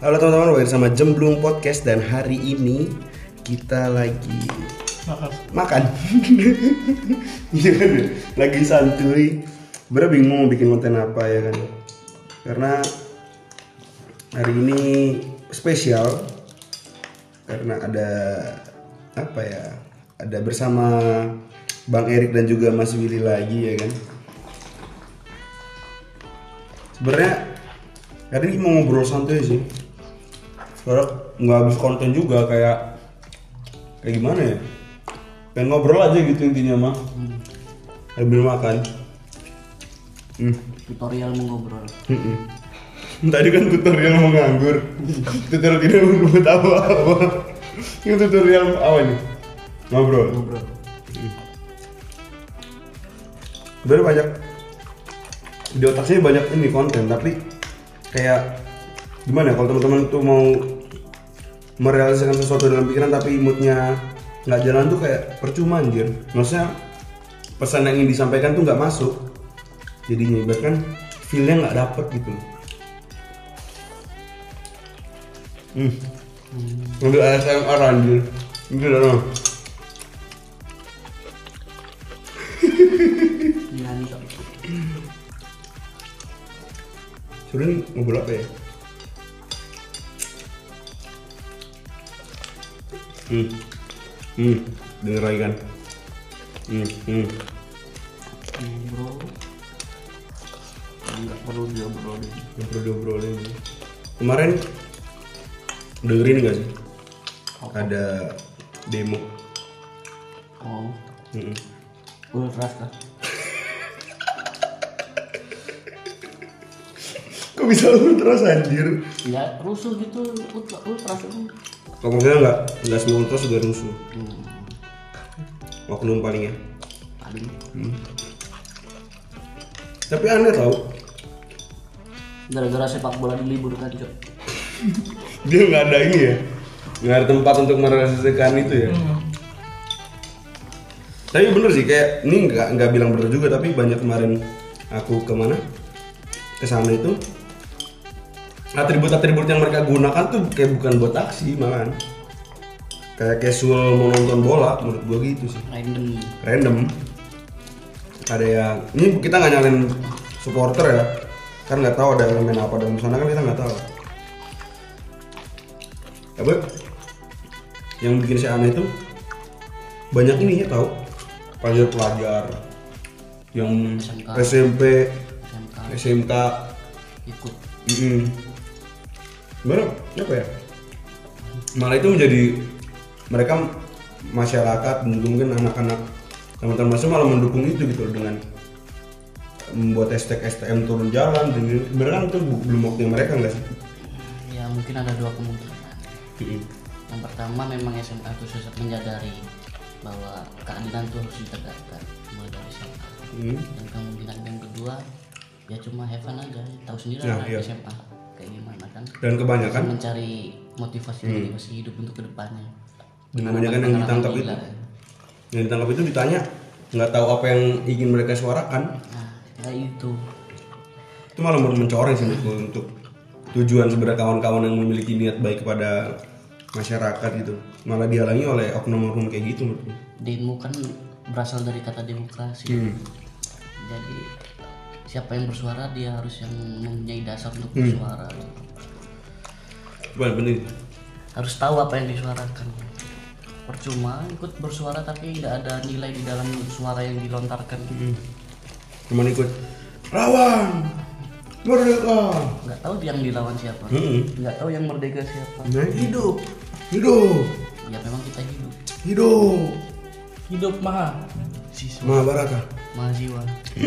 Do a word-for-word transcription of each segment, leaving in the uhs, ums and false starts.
Halo teman-teman, balik sama Jemblung Podcast dan hari ini kita lagi makan. Makan. Iya kan? Lagi santuy. Bener bingung mau bikin konten apa ya kan? Karena hari ini spesial karena ada apa ya? Ada bersama Bang Erik dan juga Mas Willy lagi ya kan? Sebenarnya hari ini mau ngobrol santuy sih. Soalnya nggak habis konten juga kayak kayak gimana ya? Pengen ngobrol aja gitu intinya mah. Hmm. Sambil makan. Hmm. Tutorial mengobrol. Hmm. Tadi kan tutorial mau nganggur. Tutorial tidak mau tahu apa. Ini tutorial apa ini? Ngobrol. Ngobrol. Hmm. Sebenarnya banyak di otak saya banyak ini konten tapi kayak gimana ya, kalau teman-teman tuh mau merealisasikan sesuatu dalam pikiran tapi moodnya nggak jalan tuh kayak percuma anjir. Maksudnya pesan yang ingin disampaikan tuh nggak masuk, jadinya bahkan feelnya nggak dapet gitu. Hmm. Hmm. Ambil A S M R anjir. Ini udah Nyanyi kok. Sudah nih ngobrol apa ya? Hmm, hmm, denger lagi kan? Hmm, hmm. Ngobrol. Nggak perlu diobrolin. Nggak perlu diobrolin. Kemarin dengerin nggak sih? Apa? Ada demo. Oh, Hmm. ultras lah. Kok bisa ultras anjir? Ya rusuh gitu, ultras ultras itu. Kalau maksudnya nggak nggak semua ultras juga rusuh. Hmm. Oknum paling ya. Paling. Hmm. Tapi aneh tau. Gara-gara sepak bola diliburkan cok. Dia nggak ada ini ya, nggak ada tempat untuk merealisasikan itu ya. Hmm. Tapi bener sih kayak ini nggak nggak bilang bener juga tapi banyak kemarin aku kemana kesana itu atribut-atribut yang mereka gunakan tuh kayak bukan buat aksi malahan kayak casual mau nonton bola menurut gua gitu sih. Random. Random. Ada yang ini kita nggak nyalain supporter ya, kan nggak tahu ada elemen apa dalam sana kan kita nggak tahu. Apa yang bikin saya aneh itu banyak ini ya tahu pelajar-pelajar yang S M K. S M P, S M K S M K ikut. mm-hmm. Gimana? Apa ya? Malah itu menjadi mereka masyarakat mungkin anak-anak teman-teman masih malah mendukung itu gitu loh, dengan membuat hashtag S T M turun jalan. Dan sebenarnya kan itu belum waktunya mereka nggak sih? Ya mungkin ada dua kemungkinan. Mm-hmm. Yang pertama memang S M A itu susah menyadari bahwa keadilan itu harus ditegakkan mulai dari S M A. Hmm. Dan kemungkinan yang kedua ya cuma have fun aja, tahu sendiri lah ya, iya. S M A kayak gimana kan. Dan kebanyakan mencari motivasi hmm. motivasi hidup untuk kedepannya. Dan kebanyakan yang ditangkap itu, kan? yang ditangkap itu ditanya nggak tahu apa yang ingin mereka suarakan. Nah, ya itu. Itu malah mencoreng sih menurutku untuk tujuan sebenarnya kawan-kawan yang memiliki niat baik kepada masyarakat gitu, malah dihalangi oleh oknum-oknum kayak gitu menurutku. Demo kan berasal dari kata demokrasi. Hmm. Jadi siapa yang bersuara dia harus yang mempunyai dasar untuk hmm. bersuara. Benar benar. Harus tahu apa yang disuarakan. Percuma ikut bersuara tapi tidak ada nilai di dalam suara yang dilontarkan. Hmm. Cuman ikut lawan merdeka. Nggak tahu yang dilawan siapa. Hmm. Nggak tahu yang merdeka siapa. Nah, hidup, hidup. Ya memang kita hidup. Hidup. Hidup maha. Siswa. Maha baraka. Maha jiwa.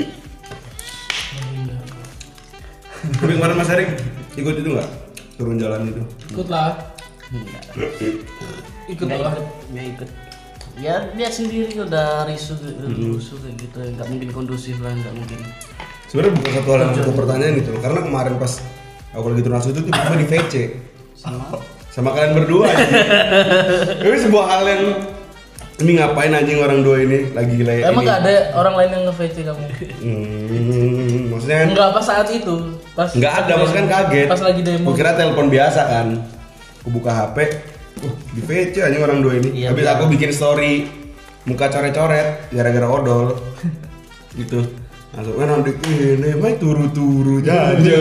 Tapi kemarin Mas Erik ikut itu nggak? Turun jalan itu? Ikut lah. Enggak. Ikut Nggak lah. ikut. Nggak ikut. Ya dia sendiri udah risu, hmm. risu kayak gitu. Nggak mungkin kondusif lah, nggak mungkin. Sebenarnya bukan satu hal yang aku pertanyaan gitu, karena kemarin pas aku lagi turun itu tiba-tiba di V C sama sama kalian berdua. Ini sebuah hal yang ini ngapain anjing orang dua ini lagi gila. Emang nggak ada orang lain yang nge-V C kamu? Hmm, maksudnya Enggak pas saat itu. Pas Nggak ada, lagi maksudnya kan demo. kaget. Pas lagi demo. Gua kira telepon biasa kan. Aku buka H P, uh, di V C aja orang dua ini. Iya, Habis benar. aku bikin story muka coret-coret gara-gara odol. Gitu. Langsung kan nanti ini mah turu-turu aja.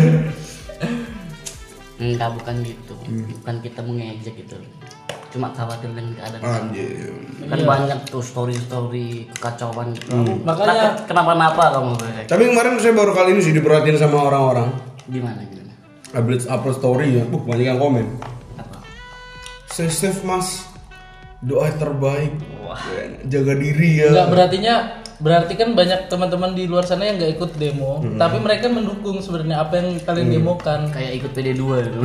Enggak, bukan gitu. Bukan kita mengejek gitu. Cuma khawatir dengan keadaan. Anjir. Kan banyak tuh story-story kekacauan gitu. Makanya- Kenapa- kenapa-napa kamu kayak Tapi kemarin saya baru kali ini sih diperhatiin sama orang-orang. gimana gimana? Upload upload story ya. Uh, banyak yang komen. Apa? Stay safe mas, doa terbaik. Wah. Jaga diri ya. Enggak, berartinya berarti kan banyak teman-teman di luar sana yang nggak ikut demo, tapi mereka mendukung sebenarnya apa yang kalian demokan. Kayak ikut P D dua itu.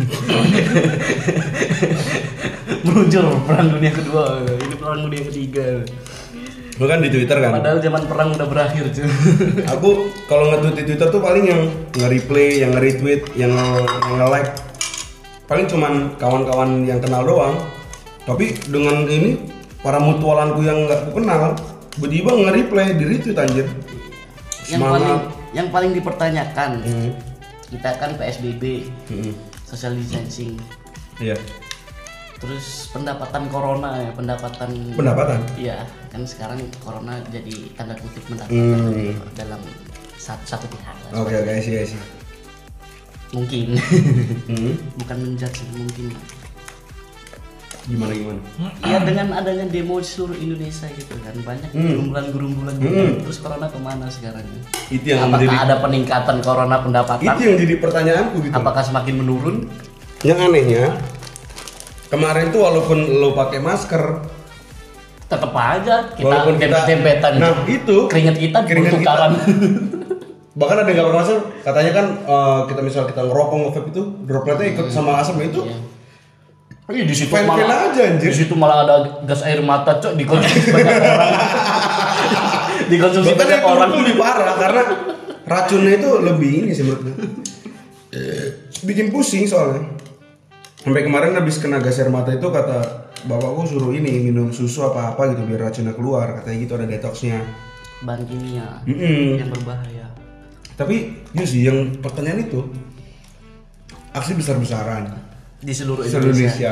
Meluncur perang dunia kedua, ini perang dunia ketiga. Lu kan di Twitter kan. Padahal zaman perang udah berakhir cuy. Aku kalau nge-tweet di Twitter tuh paling yang nge-replay, yang nge-retweet, yang yang nge-like. Paling cuman kawan-kawan yang kenal doang. Tapi dengan ini para mutualanku yang nggak aku kenal, tiba-tiba nge-replay, di-retweet anjir. Yang Semangat. paling yang paling dipertanyakan, Hmm. kita kan P S B B, Hmm. social distancing. Iya. Terus pendapatan corona ya, pendapatan Pendapatan. Iya, kan sekarang corona jadi tanda kutip pendapatan Hmm. dalam satu, satu pihak lah. Oke oke sih sih. Mungkin Hmm. bukan menjudge, mungkin. Gimana gimana? Iya, dengan adanya demo di seluruh Indonesia gitu kan, banyak Hmm. gerumbulan-gerumbulan gitu. Hmm. Terus corona kemana sekarang? ya? Itu yang Apakah menjadi ada peningkatan corona pendapatan? itu yang jadi pertanyaanku gitu. Apakah semakin menurun? Yang anehnya kemarin tuh walaupun lo pakai masker, Tetap aja kita walaupun kita dempet-dempetan. nah itu Keringat kita keringat kita. bertukaran. Bahkan ada yang nggak pakai masker, katanya kan eh, kita misal kita ngerokok nge-vape itu dropletnya ikut sama asap itu. Iya. Ih, di situ Fan-fan malah aja, anjir. Di situ malah ada gas air mata, cok, dikonsumsi banyak orang. Dikonsumsi Bahkan banyak yang orang. turun tuh lebih parah karena racunnya itu lebih ini sih menurutku. Bikin pusing soalnya. Sampai kemarin habis kena gas air mata itu kata bapakku suruh ini minum susu apa-apa gitu biar racunnya keluar, katanya gitu ada detoxnya. Bahan kimia Mm-mm. yang berbahaya. Tapi iya sih yang pertanyaan itu aksi besar-besaran Di seluruh seluruh Indonesia. Indonesia.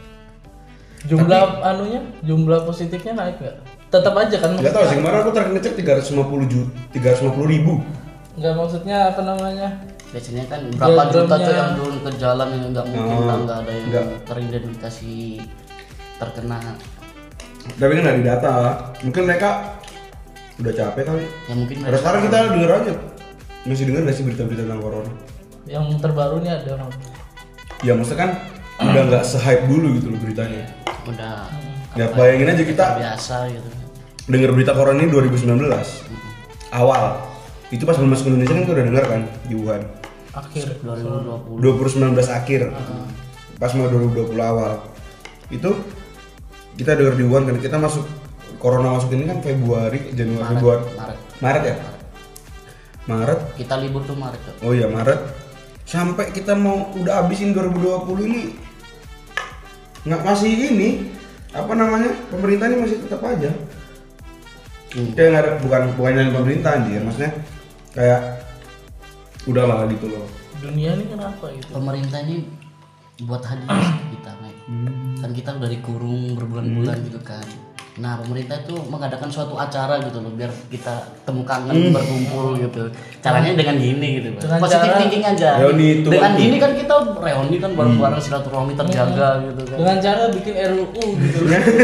Jumlah anunya, jumlah positifnya naik nggak? Tetap aja kan? Gak tau sih kemarin aku terakhir ngecek tiga ratus lima puluh juta, tiga ratus lima puluh ribu. Nggak, maksudnya apa namanya? Biasanya kan berapa juta Diagramnya- tuh yang turun ke jalan yang nggak mungkin Oh, lah, nggak ada yang nggak. teridentifikasi terkena. Tapi kan dari data, mungkin mereka udah capek kali. Ya mungkin Terus mereka sekarang kita denger aja, masih denger gak sih berita-berita tentang corona? Yang terbaru nih ada orang. Ya maksudnya kan udah nggak se-hype dulu gitu loh beritanya. udah Ya apa, bayangin aja kita biasa gitu. denger berita corona ini dua ribu sembilan belas awal. Itu pas belum masuk ke Indonesia kan kita udah denger kan di Wuhan. Akhir dua ribu dua puluh. dua ribu sembilan belas akhir. Pas mau dua ribu dua puluh awal. Itu kita denger di Wuhan kan kita masuk corona masuk ini kan Februari, Januari, Maret, Februari. Maret. Maret ya? Maret. Kita libur tuh Maret tuh. Oh iya Maret. Sampai kita mau udah habisin dua ribu dua puluh ini nggak masih ini apa namanya pemerintah ini masih tetap aja Hmm. kayak nggak ada bukan bukan yang pemerintah anjir maksudnya kayak udahlah gitu loh. dunia ini kenapa gitu? Pemerintah ini buat hadiah kita, Mike. Kan kita udah dikurung berbulan-bulan gitu kan. Nah, pemerintah itu mengadakan suatu acara gitu loh biar kita temu kangen berkumpul gitu. Caranya dengan gini gitu, Pak. Dengan Positive cara- thinking aja. Reuni itu Dengan kan. gini kan kita reuni kan bareng-bareng silaturahmi terjaga gitu kan. Dengan cara bikin R U U gitu.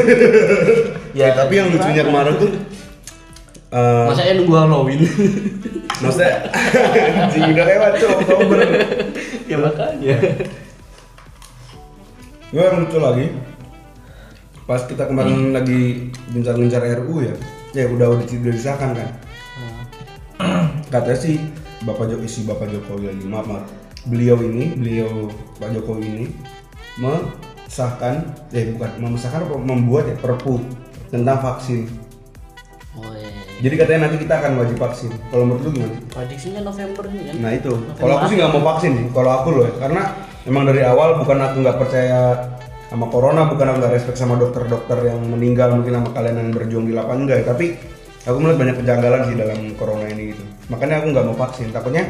Ya, tapi yang lucunya kemarin tuh eh Masa ya nunggu Halloween? maksudnya anjing udah lewat tuh Oktober. Ya makanya. Gue yang lucu lagi pas kita kemarin lagi gencar-gencar R U ya, ya udah udah, udah disahkan kan. Katanya sih Bapak Jokowi si Bapak Jokowi lagi maaf, maaf beliau ini beliau Pak Jokowi ini mesahkan, eh bukan memesahkan apa membuat ya perpu tentang vaksin. Oh, iya. Jadi katanya nanti kita akan wajib vaksin. Kalau menurut lu gimana? Prediksinya November nih kan. Nah itu, kalau aku sih nggak mau vaksin sih. Kalau aku loh, ya. Karena emang dari awal bukan aku nggak percaya sama corona, bukan aku nggak respect sama dokter-dokter yang meninggal mungkin sama kalian yang berjuang di lapangan enggak. Ya. Tapi aku melihat banyak kejanggalan sih dalam corona ini gitu. Makanya aku nggak mau vaksin. Takutnya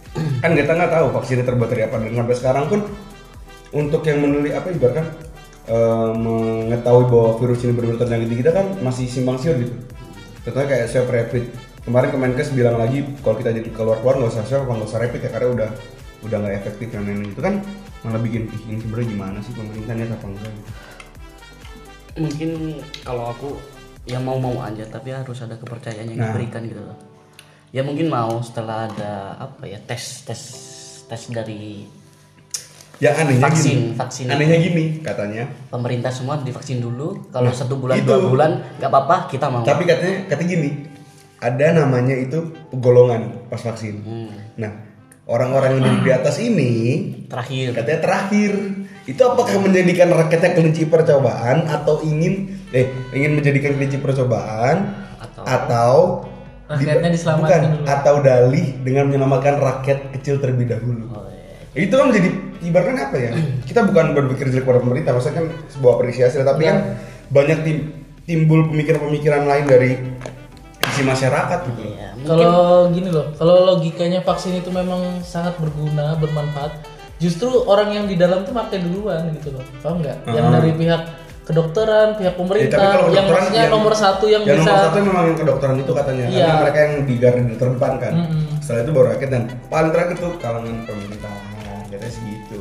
kan kita nggak tahu vaksinnya terbuat dari apa, dan sampai sekarang pun untuk yang meneliti apa ibaratkan uh, mengetahui bahwa virus ini benar-benar terjangkit di kita kan masih simpang siur gitu. Contohnya kayak swab rapid. Kemarin Kemenkes bilang lagi kalau kita jadi keluar-keluar nggak usah swab, nggak usah rapid ya karena udah udah nggak efektif dan lain-lain. Itu kan malah bikin ih, ini sebenarnya gimana sih pemerintahnya apa enggak gitu. Mungkin kalau aku ya mau-mau aja tapi harus ada kepercayaan yang Nah. diberikan gitu loh. Ya mungkin mau setelah ada apa ya tes tes tes dari Ya anehnya vaksin gini. vaksin Anehnya gini katanya. pemerintah semua divaksin dulu. Kalau Nah, satu bulan itu. dua bulan nggak apa-apa kita mau. Tapi katanya katanya gini. Ada namanya itu golongan pas vaksin. Hmm. Nah, orang-orang yang di atas ini Terakhir. katanya terakhir. Itu apakah menjadikan rakyatnya kelinci percobaan atau ingin eh ingin menjadikan kelinci percobaan Atau- atau Rakyatnya di- diselamatkan bukan, dulu. atau dalih dengan menyelamatkan rakyat kecil terlebih dahulu. Oh, iya. Itu kan menjadi ibaratnya apa ya? Kita bukan berpikir jelek pada pemerintah, maksudnya kan sebuah apresiasi, tapi kan banyak tim, timbul pemikiran-pemikiran lain dari isi masyarakat gitu. Iya, mungkin Kalau gini loh, kalau logikanya vaksin itu memang sangat berguna, bermanfaat, justru orang yang di dalam tuh pakai duluan gitu loh, paham nggak? Yang Ah. dari pihak kedokteran, pihak Ya, pemerintah, tapi kalau yang kedokteran maksudnya yang- nomor satu yang, yang bisa. nomor satu memang yang kedokteran itu katanya, Iya. karena mereka yang di garda terdepan kan. Mm-mm. Setelah itu baru rakyat dan paling terakhir tuh kalangan pemerintahan, katanya segitu.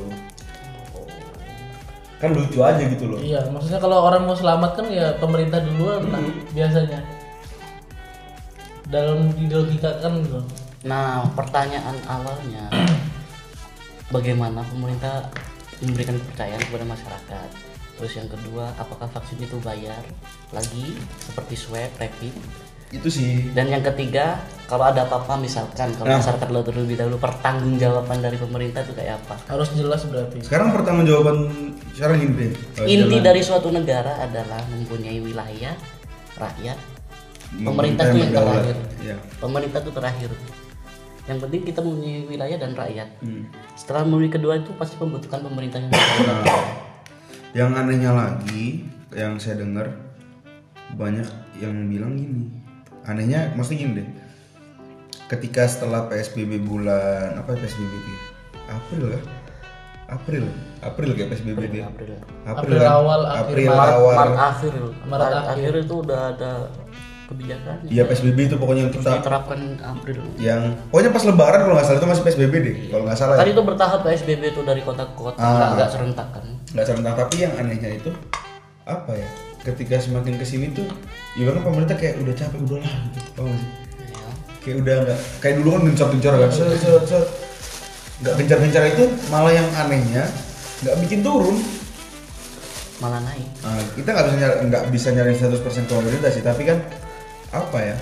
Kan lucu aja gitu loh. Iya, maksudnya kalau orang mau selamat kan ya pemerintah duluan lah biasanya. Dalam dilogikakan gitu. nah pertanyaan awalnya bagaimana pemerintah memberikan kepercayaan kepada masyarakat. Terus yang kedua, apakah vaksin itu bayar lagi seperti swab, rapid? Itu sih. Dan yang ketiga, kalau ada apa-apa misalkan kalau Nah. masyarakat lo terlebih dahulu pertanggungjawaban dari pemerintah itu kayak apa? Harus jelas berarti. Sekarang pertanggungjawaban sekarang gini deh. eh, Inti jalan- dari suatu negara adalah mempunyai wilayah, rakyat, pemerintah itu yang berdaulat. terakhir. Ya. Pemerintah itu terakhir. Yang penting kita mempunyai wilayah dan rakyat. Hmm. Setelah memiliki kedua itu pasti membutuhkan pemerintah yang berdaulat. Nah, yang anehnya lagi, yang saya dengar banyak yang bilang gini. Anehnya, maksudnya gini deh. Ketika setelah P S B B bulan apa P S B B itu? ya? April kah? April, April kayak P S B B itu. ya? April. April kan? awal, akhir April Maret, awal. Maret akhir, Maret Maret akhir. akhir itu udah ada kebijakan. Iya P S B B itu pokoknya yang Terus tetap diterapkan April. yang pokoknya pas Lebaran kalau nggak salah itu masih P S B B deh kalau nggak salah. Tadi Ya. itu bertahap P S B B itu dari kota ke kota, Ah. nggak nggak serentak kan. Nggak serentak, tapi yang anehnya itu apa ya? Ketika semakin kesini tuh, ibaratnya pemerintah kayak udah capek udahlah gitu, paham nggak sih? Ya. Kayak udah nggak kayak dulu kan gencar-gencar kan, set, set, set. Nggak gencar-gencar itu malah yang anehnya nggak bikin turun. Malah naik. Nah, kita nggak bisa nyari, nggak bisa nyari seratus persen ke pemerintah sih, tapi kan apa ya?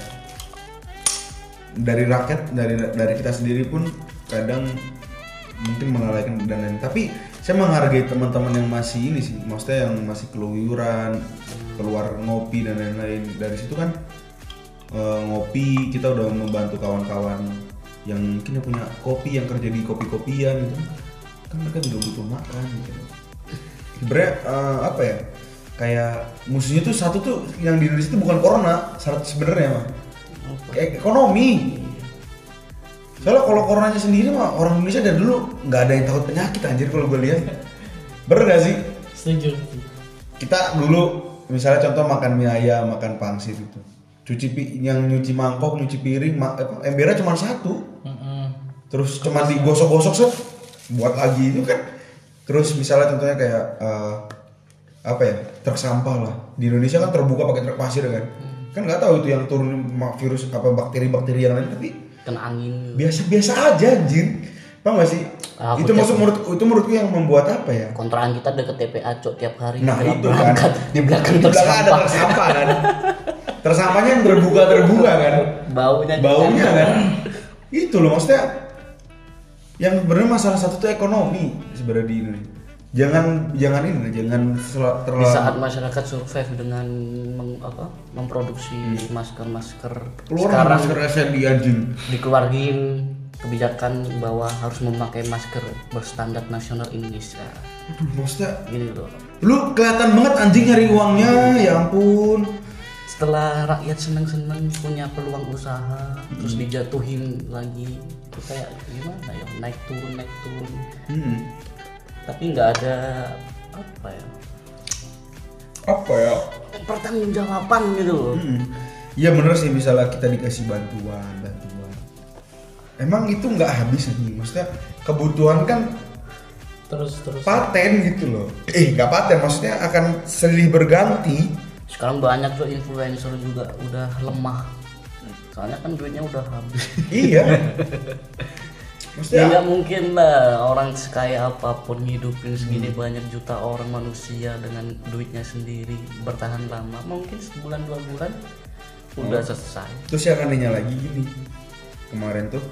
Dari rakyat, dari dari kita sendiri pun kadang mungkin melalaikan dan lain. Tapi saya menghargai teman-teman yang masih ini sih, maksudnya yang masih keluyuran, keluar ngopi dan lain-lain. Dari situ kan eh, ngopi, kita udah membantu kawan-kawan yang mungkin yang punya kopi, yang kerja di kopi-kopian gitu. Kan mereka juga butuh makan gitu. Sebenarnya eh, apa ya? Kayak musuhnya tuh satu tuh yang di Indonesia itu bukan corona, syarat sebenarnya mah. Kayak ekonomi. Soalnya kalau coronanya sendiri mah orang Indonesia dari dulu nggak ada yang takut penyakit anjir kalau gue lihat. Bener gak sih? Setuju. Kita dulu misalnya contoh makan mie ayam, makan pangsit itu. Cuci pi- yang nyuci mangkok, nyuci piring, ma- apa, embernya cuma satu. Mm-mm. Terus cuma digosok-gosok set buat lagi itu kan. Terus misalnya contohnya kayak eh, apa ya? Truk sampah lah. Di Indonesia kan terbuka pakai truk pasir kan. Kan nggak tahu itu yang turun ma- virus apa bakteri-bakteri yang lain tapi Kena angin. biasa-biasa aja anjir. Paham gak sih? Ah, itu aku maksud menurut itu menurutku yang membuat apa ya? Kontrakan kita deket T P A cok tiap hari. Nah, Kita itu berangkat, kan. di belakang Di truk belakang ada sampah. truk sampah kan. Truk sampahnya yang terbuka-terbuka kan. Baunya Baunya kan. Itu loh maksudnya yang sebenarnya masalah satu tuh ekonomi sebenarnya di Indonesia. Jangan jangan ini jangan sel- Di terlalu saat masyarakat survive dengan meng- apa, memproduksi masker-masker keluar sekarang masker S N I anjing. dikeluarin kebijakan bahwa harus memakai masker berstandar nasional Indonesia. Aduh, maksudnya Gini loh. lu kelihatan banget anjing nyari uangnya, ya ampun. Setelah rakyat seneng-seneng punya peluang usaha, terus dijatuhin lagi itu kayak gimana ya, naik turun naik turun. Hmm. Tapi nggak ada apa ya? Apa ya? Pertanggungjawaban gitu loh. Hmm. Iya bener sih, misalnya kita dikasih bantuan, bantuan. Emang itu nggak habis nih, maksudnya kebutuhan kan terus terus paten gitu loh. Eh nggak paten, maksudnya akan silih berganti. Sekarang banyak tuh influencer juga udah lemah. Soalnya kan duitnya udah habis. Iya. Ya Maksudnya nggak mungkin lah orang sekaya apapun hidupin segini banyak juta orang manusia dengan duitnya sendiri bertahan lama. Mungkin sebulan dua bulan udah selesai. terus yang anehnya lagi gini, kemarin tuh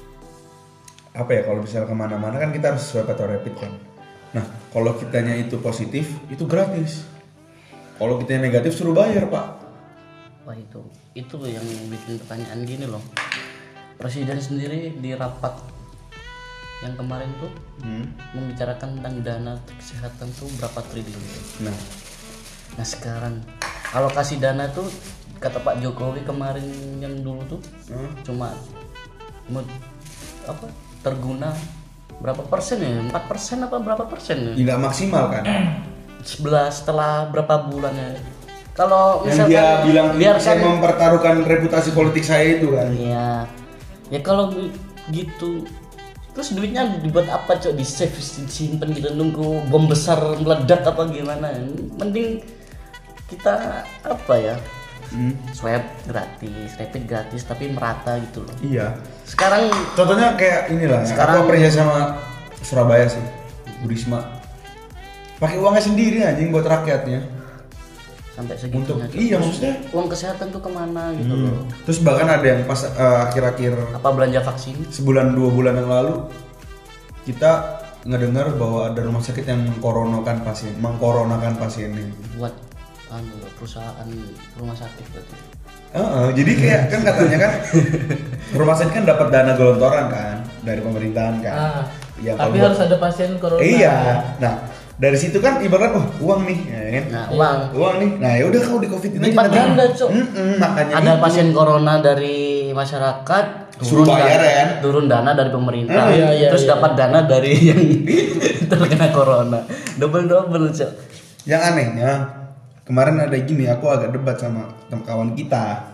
apa ya, kalau misalnya kemana-mana kan kita harus swab atau rapid kan. Nah kalau kitanya itu positif itu gratis. Kalau kitanya negatif suruh bayar pak. Wah itu itu yang bikin pertanyaan gini loh. Presiden sendiri di rapat yang kemarin tuh Hmm. membicarakan tentang dana kesehatan tuh berapa triliun. Nah Nah sekarang alokasi dana tuh kata Pak Jokowi kemarin yang dulu tuh Hmm. cuma mau- apa terguna berapa persen ya? empat persen apa berapa persen ya? nggak maksimal kan. sebelas setelah berapa bulan ya? Kalau Yang misalkan dia bilang biarkan saya mempertaruhkan reputasi politik saya itu kan. ya ya kalau gitu terus duitnya dibuat apa cok, di save disimpan gitu nunggu bom besar meledak apa gimana? Mending kita apa ya, Hmm. swab gratis, rapid gratis tapi merata gitu loh. Iya. Sekarang Contohnya kayak inilah. Sekarang- Aku apresiasi sama Surabaya sih, Bu Risma. Pakai uangnya sendiri anjing buat rakyatnya. sampai Untuk segitunya. Cok. iya Terus maksudnya. uang kesehatan tuh kemana gitu Hmm. loh? Terus bahkan ada yang pas eh, akhir-akhir Apa belanja vaksin? sebulan dua bulan yang lalu kita ngedengar bahwa ada rumah sakit yang mengkoronakan pasien, mengkoronakan pasiennya. Buat anu perusahaan rumah sakit berarti. Heeh, jadi kayak kan katanya kan rumah sakit kan dapat dana gelontoran kan dari pemerintahan kan. Ah, Ya, tapi kalau harus ada pasien corona. Iya. Nah, dari situ kan ibarat oh uang nih, ya kan? Nah, uang. Uang nih. Nah, ya udah kau di Covid ini Lipat ganda, Cok. makanya Ada itu. pasien corona dari masyarakat, Suruh bayar, dana, ya kan? turun dana dari pemerintah, Ah, iya, iya, terus iya. dapat dana dari yang terkena corona, double double cok. Yang anehnya kemarin ada gini, aku agak debat sama tem- kawan kita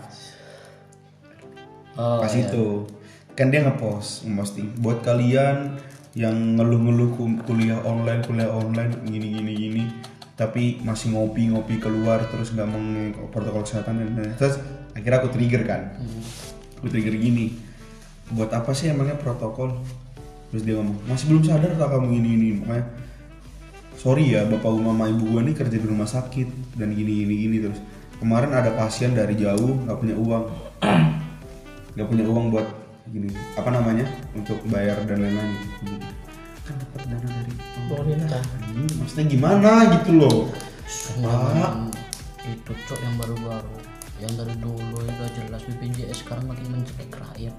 Oh, pas iya. itu. Kan dia ngepost, ngeposting buat kalian yang ngeluh-ngeluh ku- kuliah online, kuliah online gini gini gini, tapi masih ngopi-ngopi keluar terus nggak mengikuti protokol kesehatan dan lain-lain. Terus akhirnya aku trigger kan. Aku trigger gini. Buat apa sih emangnya protokol? Terus dia ngomong, "Masih belum sadar tak kamu ini ini." Makanya sorry ya, bapak mama ibu gua nih kerja di rumah sakit dan gini gini gini terus. Kemarin ada pasien dari jauh nggak punya uang. Nggak punya uang buat gini apa namanya untuk bayar dan lain-lain gitu. Kan dapat dana dari Pemerintah. ini maksudnya gimana gitu loh. Dengan itu cok yang baru-baru, yang dari dulu yang udah jelas B P J S sekarang makin mencekik rakyat.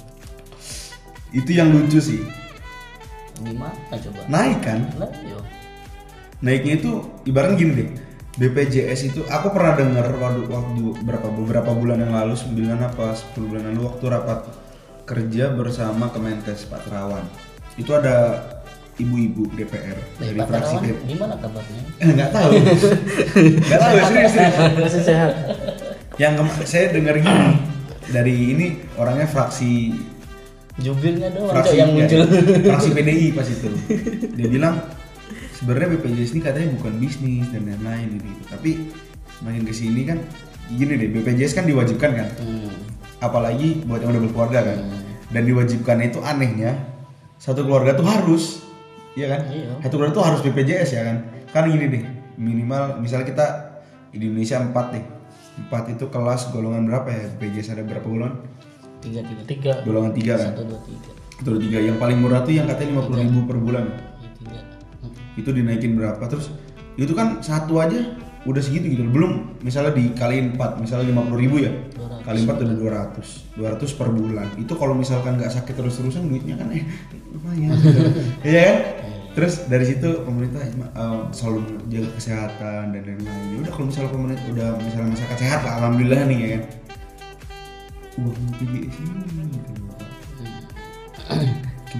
Itu yang lucu sih, Gimana coba? naik kan. Lah, yo. Naiknya itu ibaratnya gini deh, B P J S itu aku pernah dengar waktu, waktu berapa beberapa bulan yang lalu, sembilan apa sepuluh bulan lalu waktu rapat kerja bersama Kemenkes Pak Terawan. Itu ada ibu-ibu D P R dari Pak fraksi Terawan, D P R. gimana kabarnya? Eh, nggak tahu. Nggak tahu serius, serius. Masih sehat. Yang kema- saya dengar gini dari ini orangnya fraksi Jubirnya doang fraksi cok yang muncul. fraksi P D I pas itu. Dia bilang sebenarnya B P J S ini katanya bukan bisnis dan lain-lain gitu. Tapi semakin kesini kan gini deh, B P J S kan diwajibkan kan. Hmm. Apalagi buat yang udah berkeluarga kan. Dan diwajibkan itu anehnya satu keluarga tuh harus, iya kan? Iya. Satu keluarga tuh harus B P J S ya kan? Kan gini deh, minimal misalnya kita di Indonesia empat deh, empat itu kelas golongan berapa ya? B P J S ada berapa golongan? Tiga tiga Tiga. Golongan tiga kan? satu dua tiga. Itu ada tiga. Yang paling murah tuh yang katanya lima puluh ribu per bulan. Iya, tiga. Hmm. Itu dinaikin berapa? Terus itu kan satu aja udah segitu gitu. Belum misalnya dikaliin empat, misalnya lima puluh ribu ya. dua ratus. Kali empat udah dua ratus. dua ratus per bulan. Itu kalau misalkan nggak sakit terus-terusan duitnya kan eh lumayan. Gitu. Iya kan? Terus dari situ pemerintah eh, selalu jaga kesehatan dan lain-lain. Ya udah kalau misalnya pemerintah udah misalnya masyarakat sehat lah, alhamdulillah nih ya kan. Uang B P J S ini gitu.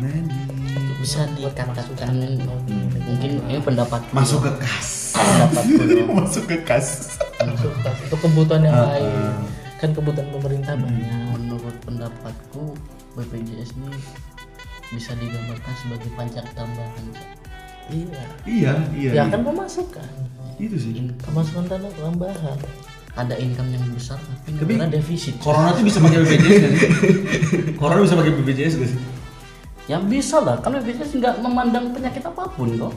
bisa dikatakan mungkin ini pendapat Masuk ke kas. pendapatku loh. Masuk ke kas. Masuk tas. Itu kebutuhan yang Ah, lain. Kan kebutuhan pemerintah banyak. Menurut pendapatku B P J S ini bisa digambarkan sebagai pajak tambahan. Iya. Iya, iya. Ya iya. kan pemasukan. Itu sih. Pemasukan tanah tambahan. Ada income yang besar tapi, Tapi- negara defisit. Corona tuh bisa pakai B P J S nggak sih? Corona bisa pakai B P J S nggak sih? Ya bisa lah, kan B P J S nggak memandang penyakit apapun kok.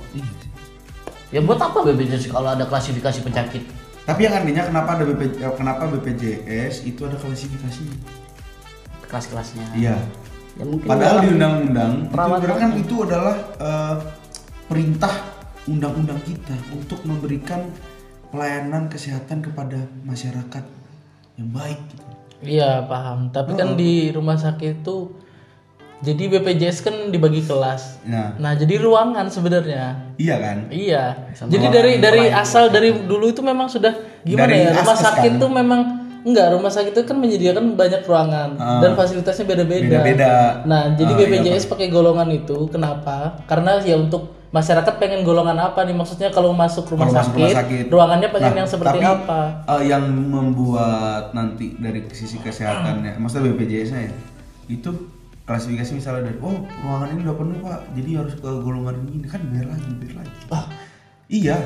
Ya buat apa B P J S kalau ada klasifikasi penyakit? Tapi yang anehnya kenapa ada B P, kenapa B P J S itu ada klasifikasinya? Kelas-kelasnya. Iya. Ya mungkin Padahal dalam di undang-undang itu perawatan. sebenarnya kan itu adalah eh, perintah undang-undang kita untuk memberikan pelayanan kesehatan kepada masyarakat yang baik gitu. Iya paham. Tapi kan di rumah sakit itu jadi B P J S kan dibagi kelas. Nah, Nah jadi ruangan sebenarnya. iya kan? Iya. Sama Jadi ruangan dari dari pelayanan asal dari dulu itu memang sudah gimana Dari ya rumah askes sakit kan? tuh memang enggak rumah sakit itu kan menyediakan banyak ruangan Ah. dan fasilitasnya beda-beda. Beda-beda. Nah jadi Ah, B P J S iya, pakai golongan itu kenapa? Karena ya untuk masyarakat pengen golongan apa nih? Maksudnya kalau masuk rumah, Kalau masuk sakit, rumah sakit. ruangannya pengen Nah, yang seperti tapi, apa? eh, yang membuat nanti dari sisi kesehatannya, maksudnya B P J S-nya ya, itu klasifikasi misalnya dari, oh ruangan ini udah penuh pak, jadi harus ke golongan ini kan bayar lagi, bayar lagi. Ah, Iya,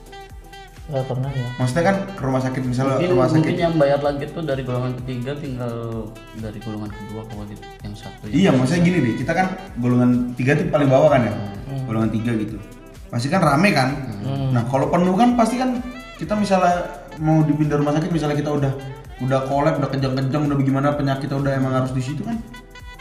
nggak pernah ya. maksudnya kan ke rumah sakit misalnya mungkin, rumah sakit. mungkin yang bayar lagi tuh dari golongan ketiga tinggal dari golongan kedua kalau gitu yang satu yang Iya, maksudnya gini deh, kita kan golongan tiga tuh paling bawah kan ya, golongan tiga gitu. Pasti kan rame kan. Nah kalau penuh kan pasti kan kita misalnya mau dipindah rumah sakit, misalnya kita udah udah kolab, udah kejang-kejang, udah bagaimana penyakit udah emang harus di situ kan,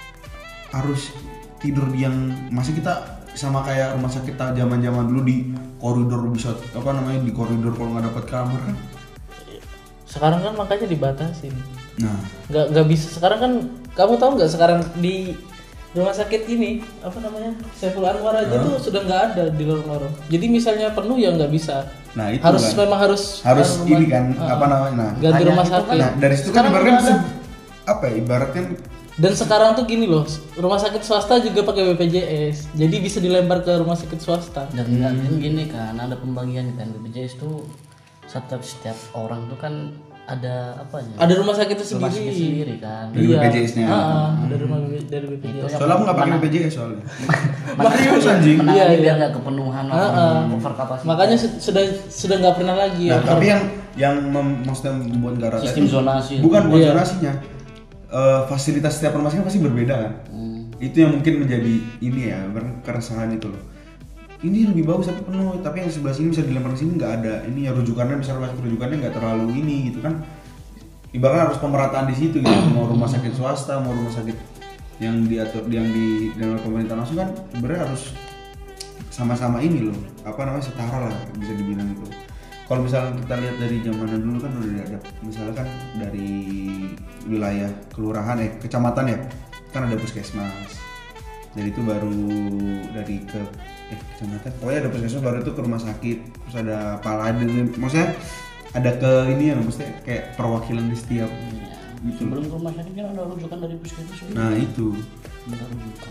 harus tidur di yang masih kita sama kayak rumah sakit zaman-zaman dulu di koridor bisa apa namanya di koridor kalau nggak dapat kamar kan. Sekarang kan makanya dibatasin. Nah Nggak nggak bisa. Sekarang kan kamu tahu nggak sekarang di rumah sakit ini apa namanya Saiful Anwar aja tuh sudah nggak ada di lorong-lorong. Jadi misalnya penuh ya nggak bisa. Nah, itu harus kan. memang harus harus rumah- ini kan Ah, apa namanya nah ganti Hanya rumah itu kan. sakit. nah dari situ kan Sekarang ibaratnya udah bisa ada. apa ya ibaratnya Dan sekarang tuh gini loh, rumah sakit swasta juga pakai B P J S. Jadi bisa dilempar ke rumah sakit swasta. dan nggak kan gini kan ada pembagian kan B P J S tuh setiap setiap orang tuh kan ada apanya Ada rumah sakit itu rumah sendiri. sakit sendiri kan Dari Iya. B P J S-nya. Ah, ah, dari rumah dari B P J S. soalnya aku nggak pakai B P J S soalnya. Makanya anjing. menangani Iya, iya. biar nggak kepenuhan Ah, ah. over kapasitas Makanya su- sudah sudah nggak pernah lagi Nah, ya. tapi yang yang mem- maksudnya membuat nggak rata Sistem itu zonasi. bukan bukan Iya. zonasinya. Eh, fasilitas setiap rumah sakit pasti berbeda kan. Hmm. Itu yang mungkin menjadi ini ya ber- keresahan itu loh. Ini lebih bagus tapi penuh, tapi yang sebelah sini bisa dilempar ke sini nggak ada. Ini ya rujukannya misalnya masuk rujukannya nggak terlalu ini gitu kan. Ibaratnya harus pemerataan di situ gitu. Mau rumah sakit swasta, mau rumah sakit yang diatur yang di dalam pemerintah langsung kan sebenarnya harus sama-sama ini loh. Apa namanya setara lah bisa dibilang itu. Kalau misalnya kita lihat dari zaman dulu kan udah ada misalnya kan dari wilayah kelurahan eh kecamatan ya kan ada puskesmas. Dari itu baru dari ke eh kecamatan pokoknya ada puskesmas baru itu ke rumah sakit terus ada paladin maksudnya ada ke ini ya maksudnya kayak perwakilan di setiap Iya. Sebelum ke rumah sakit kan ada rujukan dari puskesmas dulu. nah itu Bentar rujukan.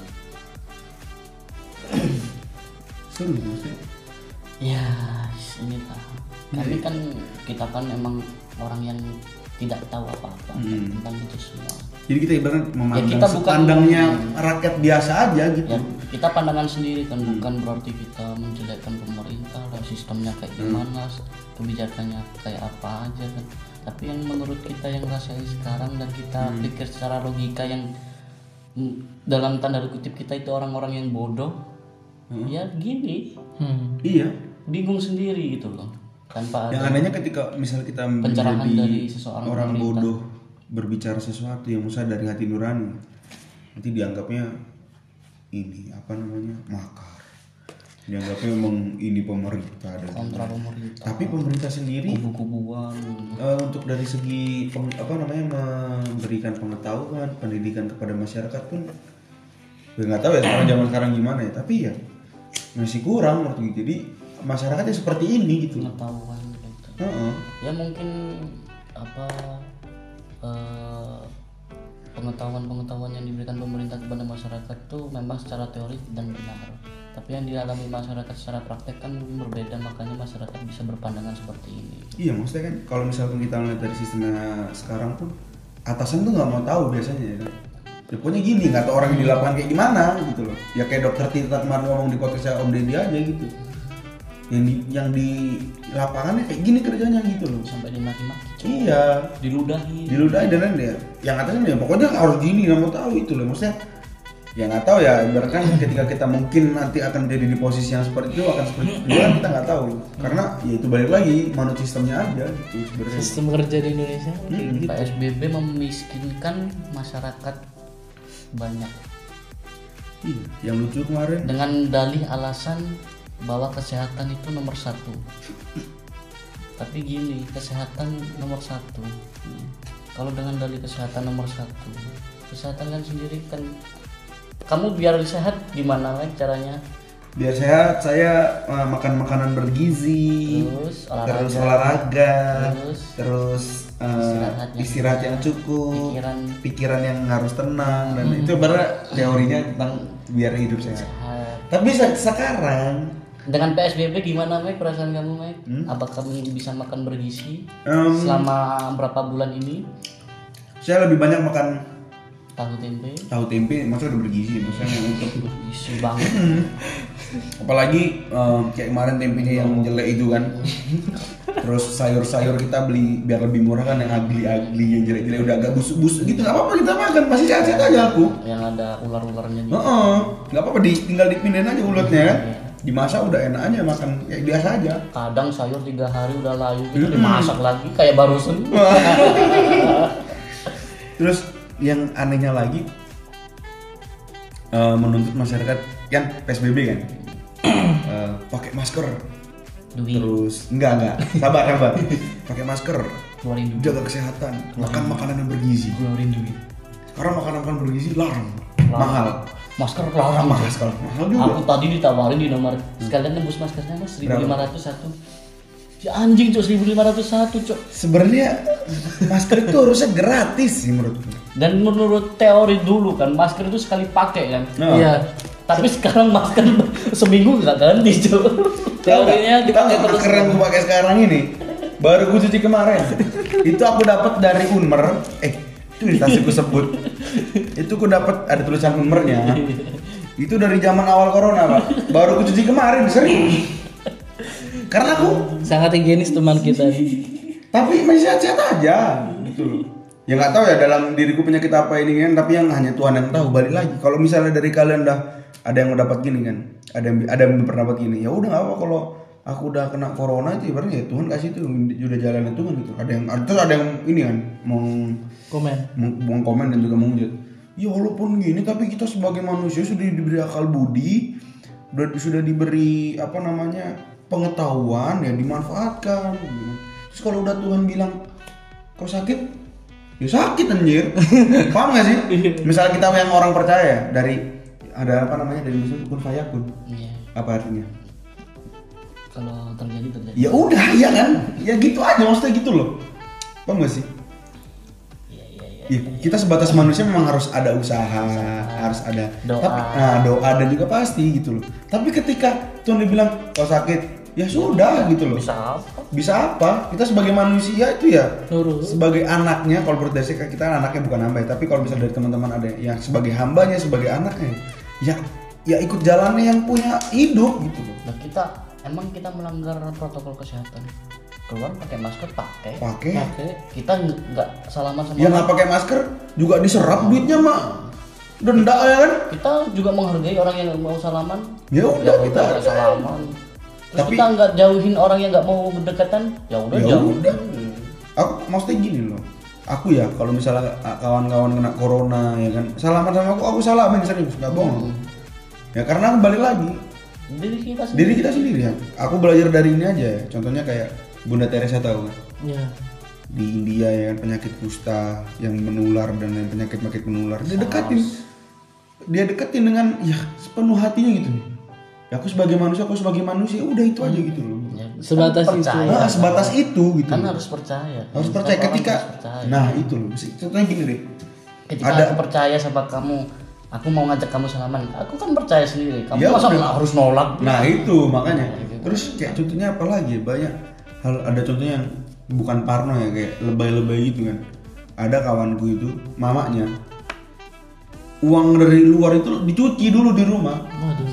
seru maksudnya Ya, ini lah. Tapi kan kita kan emang orang yang tidak tahu apa-apa Hmm. tentang itu semua. jadi kita ibarat memandang Ya, kita bukan- pandangnya rakyat biasa aja gitu Ya, kita pandangan sendiri kan bukan berarti kita menjelekkan pemerintah lah sistemnya kayak gimana, kebijakannya kayak apa aja kan. Tapi yang menurut kita yang rasain sekarang dan kita pikir secara logika yang mm, dalam tanda kutip kita itu orang-orang yang bodoh, ya gini, Hmm. iya bingung sendiri gitu loh. Tanpa yang ada anehnya ketika misal kita pencerahan menjadi dari seseorang orang pemerintah. bodoh berbicara sesuatu yang misalnya dari hati nurani nanti dianggapnya ini apa namanya makar dianggapnya memang ini pemerintah dan kontra pemerintah, tapi pemerintah sendiri kubu-kubuan. eh, untuk dari segi peng- apa namanya memberikan pengetahuan pendidikan kepada masyarakat pun gue nggak tahu ya sekarang zaman sekarang gimana ya tapi ya masih kurang menurut gue jadi masyarakatnya seperti ini gitu Pengetahuan gitu. Heeh. Ya mungkin apa eh, pengetahuan-pengetahuan yang diberikan pemerintah kepada masyarakat tuh memang secara teori dan benar, tapi yang dialami masyarakat secara praktek kan berbeda, makanya masyarakat bisa berpandangan seperti ini. Iya, maksudnya kan kalau misalkan kita lihat dari sistemnya sekarang pun atasan tuh nggak mau tahu biasanya ya kan. Ya, pokoknya gini, nggak tahu orang yang di lapangan kayak gimana gitu loh. Ya kayak dokter Tita kemarin ngomong di podcastnya Om Deddy aja gitu. Yang di, yang di lapangannya kayak gini kerjanya gitu loh. Sampai dimaki-maki. Iya. Diludahi. Diludahi dan lain dia. Yang atasnya ya pokoknya harus gini, nggak mau tahu itu loh. Maksudnya ya nggak tahu ya. Ibaratkan ketika kita mungkin nanti akan jadi di posisi yang seperti itu akan seperti itu kan kita nggak tahu. Karena ya itu balik lagi manut sistemnya aja gitu sebenarnya. Sistem kerja di Indonesia. Hmm, gitu. P S B B memiskinkan masyarakat banyak Iya. Yang lucu kemarin. dengan dalih alasan bahwa kesehatan itu nomor satu. Tapi gini, kesehatan nomor satu. Kalau dengan dalih kesehatan nomor satu, kesehatan kan sendiri kan, kamu biar sehat gimana kan caranya? Biar sehat saya uh, makan makanan bergizi, Terus olahraga, terus olahraga, terus, terus uh, istirahat yang istirahat yang cukup, pikiran pikiran yang harus tenang dan itu benar teorinya tentang biar hidup sehat. sehat. Tapi se- sekarang Dengan P S B B gimana Mike, perasaan kamu Mike? Hmm? Apakah kamu bisa makan bergizi Em, selama berapa bulan ini? saya lebih banyak makan Tahu tempe? tahu tempe, maksudnya udah bergizi, maksudnya untuk Bergizi banget. apalagi em, kayak kemarin tempenya yang jelek itu kan. Terus sayur-sayur kita beli biar lebih murah kan, yang ugly-ugly, yang jelek-jelek udah agak busuk-busuk gitu, nggak apa-apa kita makan, masih sehat-sehat aja aku. Yang ada ular-ularnya juga. Heeh, nggak apa-apa, di, tinggal dipindahin aja ulatnya kan. Dimasak udah enak aja, makan kayak biasa aja. Kadang sayur tiga hari udah layu gitu, dimasak lagi kayak barusan. Terus yang anehnya lagi eh, menuntut masyarakat kan P S B B kan eh, pakai masker. Duit, Terus enggak enggak sabar sabar pakai masker, keluarin duit, jaga kesehatan, makan makanan yang bergizi. keluarin duit. Sekarang makanan makanan bergizi larang, mahal. Masker larang Mahal mas. sekali, mahal juga. Aku tadi ditawarin di nomor sekalian nembus maskernya mas seribu lima ratus satu. Si anjing cok seribu lima ratus satu cok. Sebenarnya masker itu harusnya gratis sih menurutku. Dan menurut teori dulu kan masker itu sekali pakai kan. Nah. Iya. Tapi sekarang masker seminggu nggak ganti cok. Teorinya dipakai terus. Masker yang gue pakai sekarang ini baru gue cuci kemarin. Itu aku dapat dari Unmer. Eh, itu instansi gue sebut. Itu gue dapat ada tulisan Unmernya. Itu dari zaman awal corona pak. Baru gue cuci kemarin, serius. Karena aku Sangat higienis teman kita. tapi masih sehat-sehat aja gitu loh. Ya nggak tahu ya dalam diriku penyakit apa ini kan, tapi yang hanya Tuhan yang tahu. Balik lagi kalau misalnya dari kalian dah ada yang dapat gini kan, ada yang ada yang pernah dapat gini, ya udah nggak apa kalau aku udah kena corona itu ibaratnya ya Tuhan kasih itu udah jalannya Tuhan gitu. Ada yang terus ada yang ini kan mau Komen. mau komen dan juga menghujat. Ya walaupun gini tapi kita sebagai manusia sudah diberi akal budi, sudah sudah diberi apa namanya pengetahuan yang dimanfaatkan. Terus kalau udah Tuhan bilang kau sakit, ya sakit anjir. Paham gak sih? Misalnya kita yang orang percaya dari ada apa namanya dari Muslim kun fayakun. Iya. Apa artinya? Kalau terjadi terjadi. Ya udah, ya kan? Ya gitu aja maksudnya gitu loh. Paham gak sih? Iya iya iya. Ya, kita sebatas manusia memang harus ada usaha, harus ada Doa. Tapi, nah, doa dan juga pasti gitu loh. Tapi ketika Tuhan dibilang kau sakit, ya sudah gitu loh. Bisa apa? Bisa apa? Kita sebagai manusia itu ya Nurut. sebagai anaknya, kalau menurut saya kita kan anaknya bukan hamba ya, tapi kalau misalnya dari teman-teman ada yang sebagai hambanya, sebagai anaknya, ya ya ikut jalannya yang punya hidup gitu loh. Nah kita emang kita melanggar protokol kesehatan. Keluar pakai masker pakai. Pakai. Pakai. Kita nggak salaman sama Ya nggak pakai masker juga diserap duitnya mah. Denda ya kan? kita juga menghargai orang yang nggak mau salaman. Ya udah, kita nggak salaman. Terus Tapi- kita nggak jauhin orang yang nggak mau berdekatan. Ya udah Ya jauhin. udah. Aku maksudnya gini loh. Aku ya kalau misalnya kawan-kawan kena corona ya kan, salaman sama aku, aku salamin serius, nggak bohong. Ya karena aku balik lagi Diri kita sendiri. diri kita sendiri ya. Aku belajar dari ini aja ya. Contohnya kayak Bunda Teresa tahu kan? Iya. Di India ya kan penyakit kusta yang menular dan lain penyakit-penyakit menular. Dia dekatin, dia deketin dengan ya sepenuh hatinya gitu nih. Ya aku sebagai manusia, aku sebagai manusia, udah itu aja gitu loh. Ya, Sebatas kan itu. percaya. Nah, sebatas itu gitu. Kan loh. harus percaya. Harus Setiap percaya orang ketika harus percaya. nah itu loh. Contohnya gini deh. Ketika ada aku percaya sama kamu, aku mau ngajak kamu salaman, aku kan percaya sendiri. Kamu Ya, masa udah. nggak harus nolak? Nah itu makanya. Terus kayak contohnya apa lagi? Banyak hal, ada contohnya yang bukan parno ya, kayak lebay-lebay gitu kan. Ada kawanku itu, mamanya uang dari luar itu dicuci dulu di rumah. Waduh.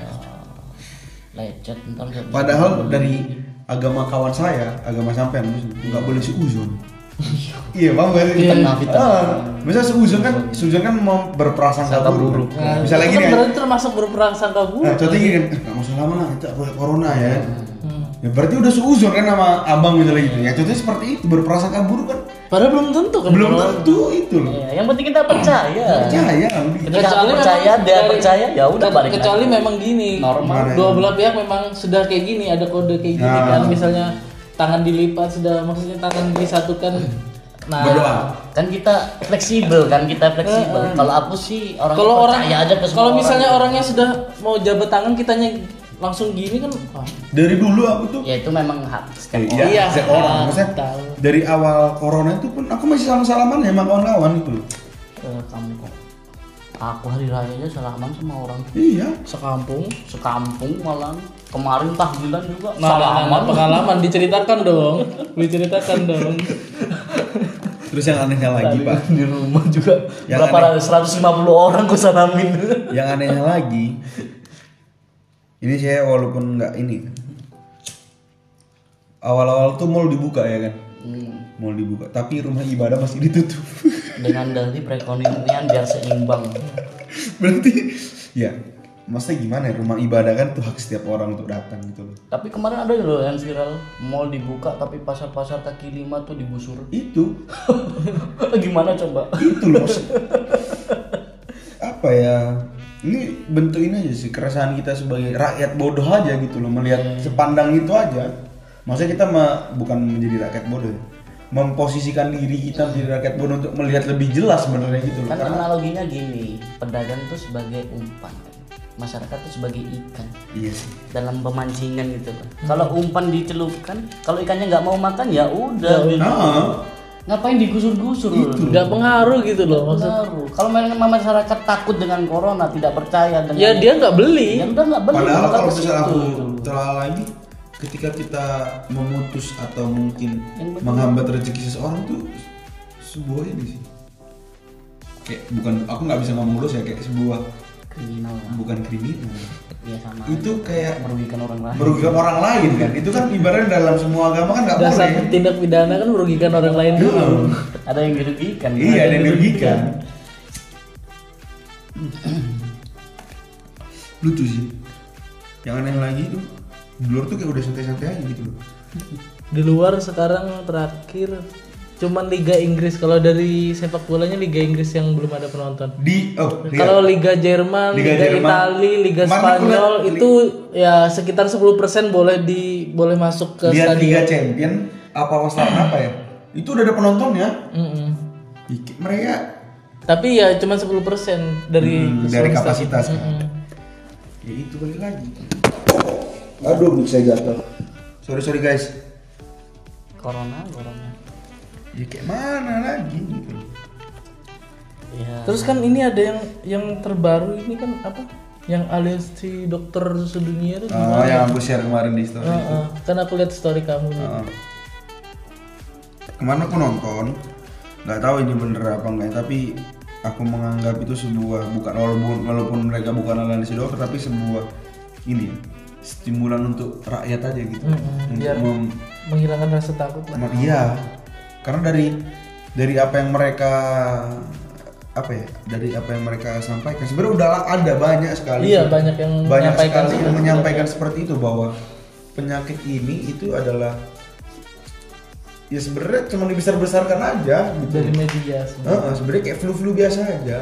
Lecet ntar nggak bisa Padahal beli. dari agama kawan saya, agama sampean nggak boleh seuzon. Iya paham gak sih? Fitnah-fitnah. Ah, misal seuzon kan, seuzon kan mau berprasangka Sangka buruk. buruk. Nah, Misalnya itu gini kan kan, berarti termasuk berprasangka buruk. nah contohnya gini kan, eh, nggak mau salaman lah, kita boleh corona ya. Hmm. Ya berarti udah seuzon kan sama abang misalnya gitu. Ya contohnya seperti itu, berprasangka buruk kan. Padahal belum tentu kan. Belum kalau- tentu itu loh. Iya, yang penting kita percaya. Percaya kan. Ketika aku percaya, memang dia dari- percaya, ya udah ke- balik kecuali lagi. memang gini, Normal. dua belah pihak memang sudah kayak gini, ada kode kayak gini Nah. kan, misalnya tangan dilipat sudah, maksudnya tangan disatukan. Nah, Berdoa. Kan kita fleksibel kan, kita fleksibel. Kalau aku sih orang kalau orang percaya aja ke semua kalau orang. misalnya orangnya sudah mau jabat tangan, kitanya langsung gini kan, wah, Dari dulu aku tuh Ya itu memang hak setiap Eh, orang. iya, Iya, setiap orang. ah, Maksudnya tahu. dari awal corona itu pun aku masih salam-salaman ya sama kawan-kawan itu loh. Eh, kamu kok. Aku hari raya aja salaman sama orang Iya. sekampung. sekampung malah. Kemarin tahlilan juga Nah, nah, nah, salaman. nah, pengalaman diceritakan dong, diceritakan dong. Terus yang anehnya lagi pak, Di rumah juga Yang berapa aneh. ratus seratus lima puluh orang gue salamin. yang anehnya lagi, ini saya walaupun nggak ini, awal-awal tuh mall dibuka ya kan, Hmm, mall dibuka, tapi rumah ibadah masih ditutup. dengan dalih perekonomian biar seimbang. Berarti, ya, maksudnya gimana ya, rumah ibadah kan tuh hak setiap orang untuk datang gitu loh. Tapi kemarin ada loh yang viral, mall dibuka tapi pasar-pasar kaki lima tuh digusur. Itu, Gimana coba? itu loh maksud. Apa ya? Ini bentukin aja sih keresahan kita sebagai rakyat bodoh aja gitu loh, melihat sepandang itu aja. Maksudnya kita ma- bukan menjadi rakyat bodoh ya, memposisikan diri kita menjadi rakyat bodoh untuk melihat lebih jelas sebenarnya gitu loh. Kan Karena analoginya gini, pedagang tuh sebagai umpan kan. Masyarakat tuh sebagai ikan iya sih. dalam pemancingan gitu kan. Kalau umpan dicelupkan, kalau ikannya nggak mau makan ya udah. Nah, Ngapain digusur-gusur? Itu. Nggak pengaruh gitu loh maksud. Pengaruh. Kalau memang masyarakat takut dengan corona, tidak percaya dengan Ya dia nggak beli. ya udah nggak beli. padahal maka kalau ke misalnya situ. aku telah lagi, ketika kita memutus atau mungkin Yang betul. menghambat rezeki seseorang tuh sebuah ini sih. Kayak bukan, aku nggak bisa ngomong lurus ya, kayak sebuah kriminal lah. bukan kriminal. Ya sama. Itu kayak merugikan orang lain. merugikan orang lain kan, itu kan ibaratnya dalam semua agama kan nggak Dasar boleh. tindak pidana kan merugikan orang lain dulu. Ada yang dirugikan. Iya, ada yang dirugikan. Lucu sih. Yang aneh lagi tuh di luar tuh kayak udah santai-santai aja gitu loh. Di luar sekarang terakhir cuman Liga Inggris. Kalau dari sepak bolanya Liga Inggris yang belum ada penonton. Di oh iya. Kalau Liga Jerman, Liga Liga, Jerman. Itali, Liga Kemarin aku Spanyol lihat- itu ya sekitar sepuluh persen boleh di boleh masuk ke lihat Liga stadion. Champion apa wassalam apa ya? Itu udah ada penontonnya. Mm-mm. Ih, mereka Tapi ya cuma sepuluh persen dari Hmm, keseluruhan dari stadion. kapasitas kan. Mm-mm. Ya itu balik lagi. Aduh, bisa jatuh. Sorry sorry guys. Corona, corona. Ya kayak mana lagi gitu. Ya. Terus kan ini ada yang yang terbaru ini kan apa? Yang alias si dokter sedunia itu Oh, gimana? yang aku share kemarin di story. Heeh, kan aku lihat story kamu nih. Heeh. Kemarin aku nonton, nggak tahu ini bener apa enggak, tapi aku menganggap itu sebuah bukan walaupun walaupun mereka bukan analis dokter, tapi sebuah ini ya, stimulan untuk rakyat aja gitu, Mm-mm, untuk biar mem- menghilangkan rasa takut lah. Emang iya, karena dari dari apa yang mereka apa ya, dari apa yang mereka sampaikan sebenarnya udah ada banyak sekali. Iya, banyak yang banyak menyampaikan sekali yang seperti menyampaikan seperti itu bahwa penyakit ini itu adalah ya sebenarnya cuma dibesar-besarkan aja gitu. Dari media sebenarnya. Heeh, sebenarnya kayak flu-flu biasa aja.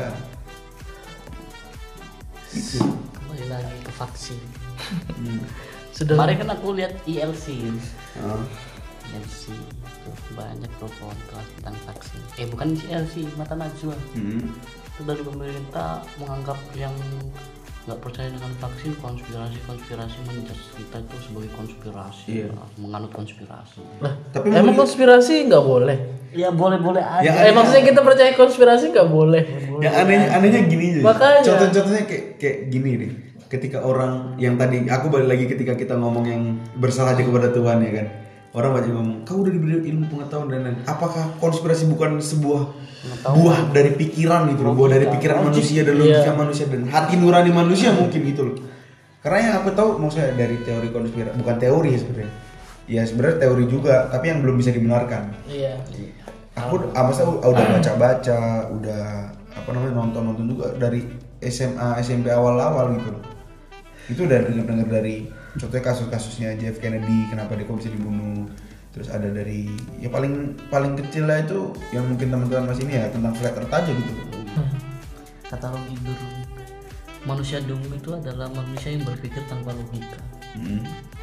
Gitu. Kembali lagi ke vaksin. Sudah Kemarin kan aku lihat I L C. Heeh. I L C itu banyak pro kontra tentang vaksin. Eh bukan I L C, mata najwa. Hmm. Itu dari pemerintah menganggap yang nggak percaya dengan vaksin, konspirasi-konspirasi menjudge kita itu sebagai konspirasi, Iya. lah, menganut konspirasi. Lah, Tapi emang menurut- konspirasi nggak boleh? Ya boleh-boleh aja. Ya, Eh maksudnya kita percaya konspirasi nggak boleh? Yang anehnya anehnya gini aja. Makanya. Contoh-contohnya kayak kayak gini deh. Ketika orang yang tadi aku balik lagi ketika kita ngomong yang bersalah aja kepada Tuhan ya kan. Orang banyak ngomong, kau udah diberi ilmu pengetahuan dan lain. Apakah konspirasi bukan sebuah buah dari pikiran gitu loh, buah dari pikiran manusia dan logika manusia dan hati nurani manusia mungkin gitu loh. Karena yang aku tahu maksudnya dari teori konspirasi, bukan teori ya sebenarnya. Ya sebenarnya teori juga, tapi yang belum bisa dibenarkan. Iya. Aku apa sih udah baca-baca, udah apa namanya nonton-nonton juga dari S M A, S M P awal-awal gitu loh. Itu udah dengar-dengar dari contohnya kasus-kasusnya J F Kennedy, kenapa dia kok bisa dibunuh. Terus ada dari ya paling paling kecil lah itu yang mungkin teman-teman masih ini ya tentang flat earth aja gitu. Kata Rocky Gerung, manusia dungu itu adalah manusia yang berpikir tanpa logika. Mm-hmm.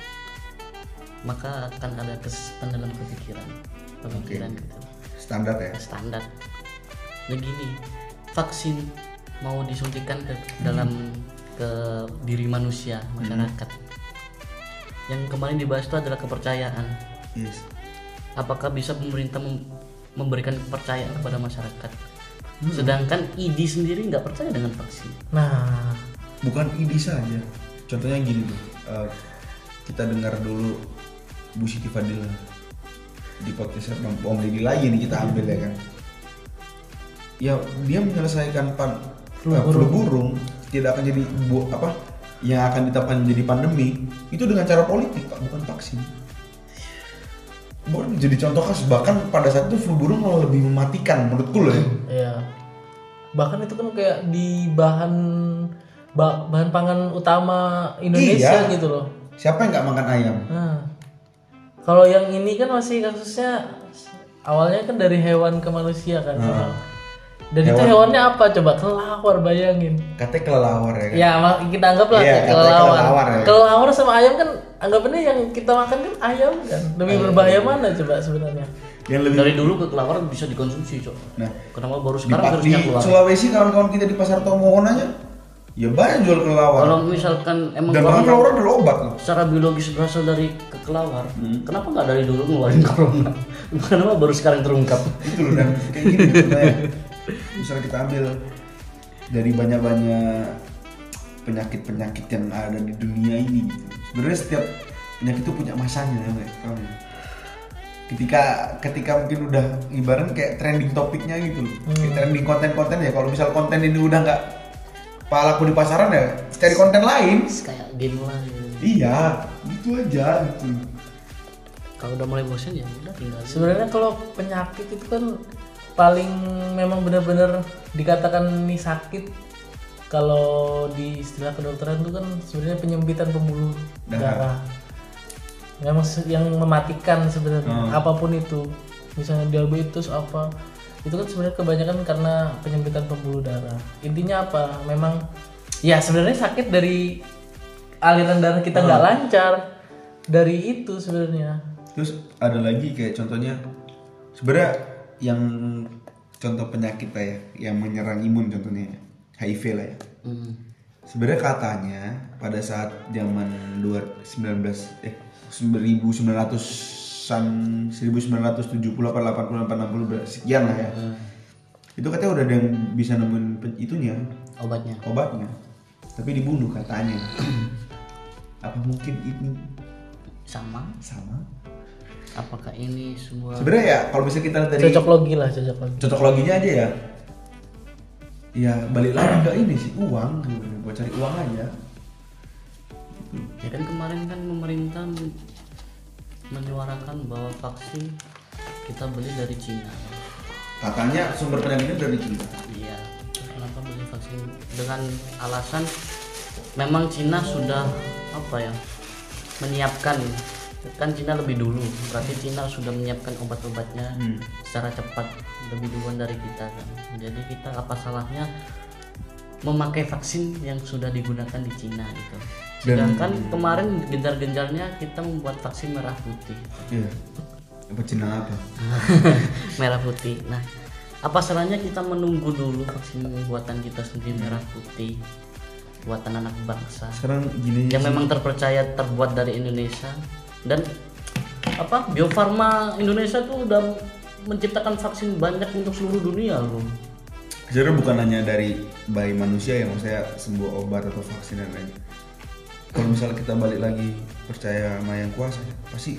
Maka akan ada kesesatan dalam kepikiran, pemikiran gitu. Standar ya. Standar. Nah gini, vaksin mau disuntikan ke dalam ke diri manusia masyarakat. Yang kemarin dibahas itu adalah kepercayaan. Yes. Apakah bisa pemerintah mem- memberikan kepercayaan kepada masyarakat? Sedangkan I D sendiri nggak percaya dengan vaksin. Nah, Bukan ide saja. Contohnya gini tuh. eh, kita dengar dulu Bu Siti Fadila di podcast Om Deddy lagi nih kita ambil ya kan. Ya dia menyelesaikan pan Flu eh, flu burung. burung tidak akan jadi bu, apa yang akan ditetapkan jadi pandemi itu dengan cara politik Pak, bukan vaksin. Bukan jadi contoh kasus bahkan pada saat itu flu burung malah lebih mematikan menurutku loh ya. iya. Bahkan itu kan kayak di bahan ba- bahan pangan utama Indonesia Iya. gitu loh. Siapa yang nggak makan ayam? Nah, kalau yang ini kan masih kasusnya awalnya kan dari hewan ke manusia kan. Hmm. Dan itu hewannya apa coba? Kelelawar, bayangin. Katanya kelelawar ya kan. Ya, ma- kita anggaplah Iya, kayak katanya kelelawar. kelelawar ya. Kelelawar sama ayam kan anggapannya yang kita makan kan ayam kan. Lebih berbahaya mana coba sebenarnya? Yang lebih Dari dulu ke kelelawar bisa dikonsumsi, Cok. Nah, Kenapa baru di, sekarang di virusnya keluar? Sulawesi kawan-kawan kita di pasar Tomohon aja ya banyak jual kelelawar. Kalau misalkan emang Dan bahkan corona kelelawar adalah obat loh. secara biologis berasal dari kekelawar, Hmm. kenapa nggak dari dulu ngeluarin corona? Kenapa baru sekarang terungkap? Itu loh dan kayak gini contohnya. Misalnya kita ambil dari banyak-banyak penyakit-penyakit yang ada di dunia ini gitu. Sebenarnya setiap penyakit itu punya masanya ya nggak? Paham ya? Ketika ketika mungkin udah ibarat kayak trending topiknya gitu loh. Kayak trending konten-konten ya kalau misal konten ini udah nggak palaku di pasaran ya cari konten lain. Kayak game lah. Gitu. Iya, gitu aja gitu. Kalau udah mulai bosan ya udah tinggal. Sebenarnya kalau penyakit itu kan paling memang benar-benar dikatakan ini sakit kalau di istilah kedokteran itu kan sebenarnya penyempitan pembuluh darah. Memang se- yang mematikan sebenarnya Hmm. apapun itu. Misalnya diabetes apa itu kan sebenarnya kebanyakan karena penyempitan pembuluh darah. Intinya apa? Memang ya sebenarnya sakit dari aliran darah kita nggak lancar. Dari itu sebenarnya. Terus ada lagi kayak contohnya sebenarnya yang contoh penyakit lah ya yang menyerang imun contohnya H I V lah ya. Hmm. Sebenarnya katanya pada saat zaman dua ribu sembilan belas eh seribu sembilan ratusan seribu sembilan ratus tujuh puluh delapan, delapan puluh delapan, enam puluh sekian lah ya. Hmm. Itu katanya udah ada yang bisa nemuin pen- itunya Obatnya. obatnya. Tapi dibunuh katanya. Apa mungkin ini Sama. sama? Apakah ini semua? Sebenarnya ya kalau bisa kita lihat dari Cocok logi lah, cocok logi. cocok loginya aja ya. Ya balik lagi ke ini sih uang, sebenarnya. Buat cari uang aja. Ya kan kemarin kan pemerintah men- menyuarakan bahwa vaksin kita beli dari Cina. Katanya sumber penyakitnya dari Cina. Iya. Terus kenapa beli vaksin dengan alasan memang Cina sudah apa ya menyiapkan kan Cina lebih dulu berarti Cina sudah menyiapkan obat-obatnya Hmm. secara cepat lebih duluan dari kita kan jadi kita apa salahnya memakai vaksin yang sudah digunakan di Cina gitu Dan- sedangkan kemarin gencar-gencarnya kita membuat vaksin merah putih Iya. Apa Cina apa? merah putih nah apa salahnya kita menunggu dulu vaksin buatan kita sendiri merah putih buatan anak bangsa Sekarang gini yang sih. memang terpercaya terbuat dari Indonesia. Dan apa Bio Farma Indonesia tuh udah menciptakan vaksin banyak untuk seluruh dunia loh. Sebenarnya bukan hanya dari bayi manusia yang maksudnya sebuah obat atau vaksin dan lain. Kalau misalnya kita balik lagi percaya sama yang kuasa, pasti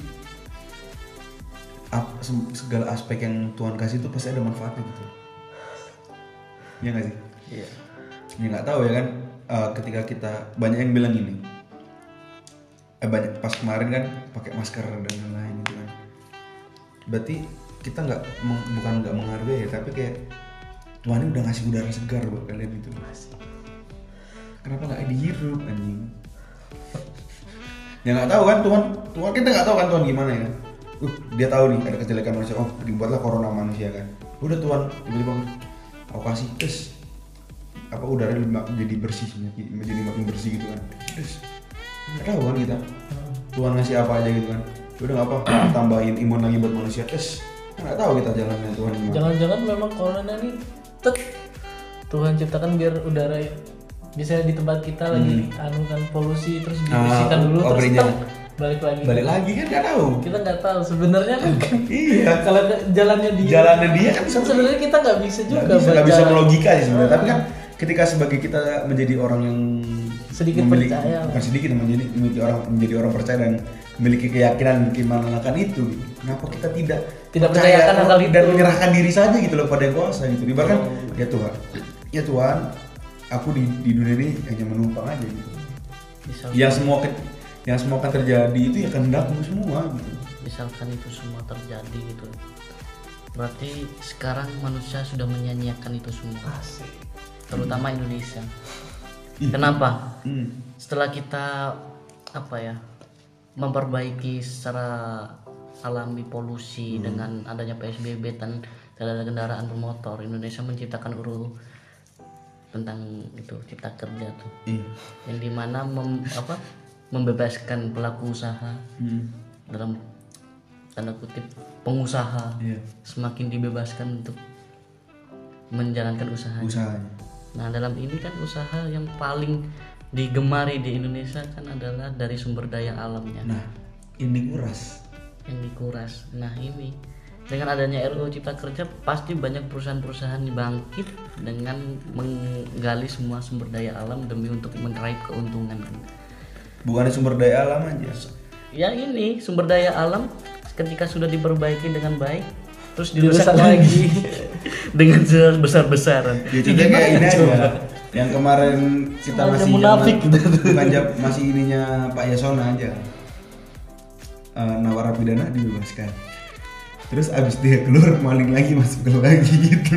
ap, segala aspek yang Tuhan kasih itu pasti ada manfaatnya gitu. Iya nggak sih? Iya. Ya nggak tahu ya kan. Uh, ketika kita banyak yang bilang ini, eh banyak pas kemarin kan pakai masker dan lain-lain gitu kan. Berarti kita nggak meng- bukan nggak menghargai ya, tapi kayak Tuhan ini udah ngasih udara segar buat kalian itu. Kenapa nggak dihirup anjing? Ya nggak tahu kan Tuhan, Tuhan kita nggak tahu kan Tuhan gimana ya. Uh, dia tahu nih ada kejelekan manusia. Oh, dibuatlah corona manusia kan. Udah Tuhan tiba-tiba aku kasih tes apa udara jadi bersih, menjadi makin bersih gitu kan. Terus nggak tahu kan kita. Tuhan ngasih apa aja gitu kan. Udah nggak apa, tambahin imun lagi buat manusia tes. Nggak tahu kita jalannya Tuhan gimana. Jangan-jangan memang corona ini tet Tuhan ciptakan biar udara bisa di tempat kita hmm. lagi anu kan polusi terus dibersihkan Ah, dulu oh, terus berinya. tet, balik lagi. Balik lagi kan nggak tahu. Kita nggak tahu sebenarnya kan. Iya. Kalau ke- jalannya dia. Jalannya dia kan kan sebenarnya kita nggak bisa juga nggak bisa, nggak bisa baca. melogika sih sebenarnya. Tapi kan ketika sebagai kita menjadi orang yang Sedikit memiliki, percaya. bukan sedikit menjadi memiliki orang menjadi orang percaya dan memiliki keyakinan gimana akan itu gitu. Kenapa kita tidak Tidak percaya percayakan hal itu. dan menyerahkan diri saja gitu loh pada yang kuasa gitu. Ibaratkan ya Tuhan, ya Tuhan, aku di, di dunia ini hanya menumpang aja gitu. Misal, Yang semua ke, yang semua akan terjadi itu ya kehendakmu semua gitu. misalkan itu semua terjadi gitu. Berarti sekarang manusia sudah menyanyiakan itu semua. Asik. Terutama Indonesia. Ih. Kenapa? Hmm. Setelah kita apa ya memperbaiki secara alami polusi Hmm. dengan adanya P S B B dan tidak ada kendaraan bermotor, Indonesia menciptakan U U tentang itu cipta kerja tuh, Iya. yang dimana mem, apa membebaskan pelaku usaha Hmm. dalam tanda kutip pengusaha Iya. semakin dibebaskan untuk menjalankan usahanya. Usahanya. Nah dalam ini kan usaha yang paling digemari di Indonesia kan adalah dari sumber daya alamnya Nah, ini kuras. yang dikuras. Nah ini dengan adanya R U U Cipta Kerja pasti banyak perusahaan-perusahaan bangkit dengan menggali semua sumber daya alam demi untuk meraih keuntungan. Bukan sumber daya alam aja. Ya ini sumber daya alam ketika sudah diperbaiki dengan baik terus Dirusak dirusak lagi dengan besar-besaran. Ya contohnya kayak ini aja. Yang kemarin kita Semacam masih munafik. zaman- bukan jam masih ininya Pak Yasona aja. Eh, narapidana dibebaskan. Terus abis dia keluar maling lagi masuk lagi gitu.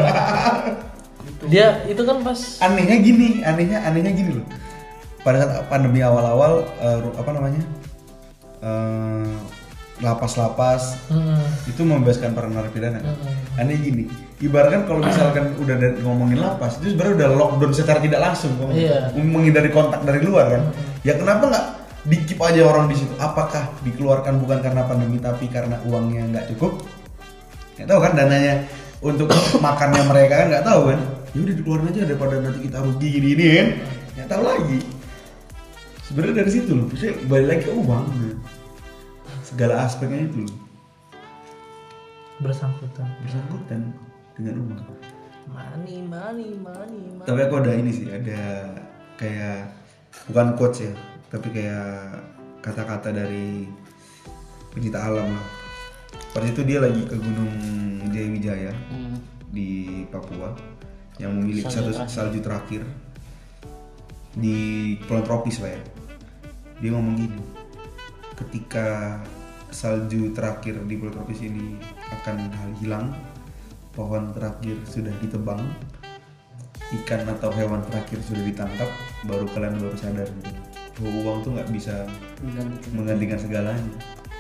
Dia itu kan pas Anehnya gini, anehnya anehnya gini loh. Pada saat pandemi awal-awal eh, apa namanya? Eh, lapas-lapas hmm, itu membebaskan para narapidana kan? Hmm. Aneh gini, ibaratkan kalau misalkan udah ada- ngomongin lapas itu sebenarnya udah lockdown secara tidak langsung kan? Iya. Menghindari kontak dari luar kan. Ya kenapa nggak dikip aja orang di situ? Apakah dikeluarkan bukan karena pandemi tapi karena uangnya nggak cukup? Nggak tahu kan dananya untuk makannya mereka kan nggak tahu kan? Ya udah dikeluarin aja daripada nanti kita rugi gini-gini kan? Nggak tahu lagi. Sebenarnya dari situ loh, maksudnya balik lagi ke uang. Segala aspeknya itu loh. bersangkutan. Bersangkutan dengan uang. Money, money, money, money. Tapi aku ada ini sih, ada kayak bukan quotes ya, tapi kayak kata-kata dari pencinta alam lah. Pada itu dia lagi ke Gunung Jayawijaya Hmm. di Papua yang memiliki Salju satu terakhir. salju terakhir di pulau tropis lah ya. Dia ngomong gini, ketika salju terakhir di pulau tropis ini akan hilang, pohon terakhir sudah ditebang, ikan atau hewan terakhir sudah ditangkap, baru kalian baru sadar gitu, bahwa uang tuh nggak bisa Menggantikan. menggantikan segalanya.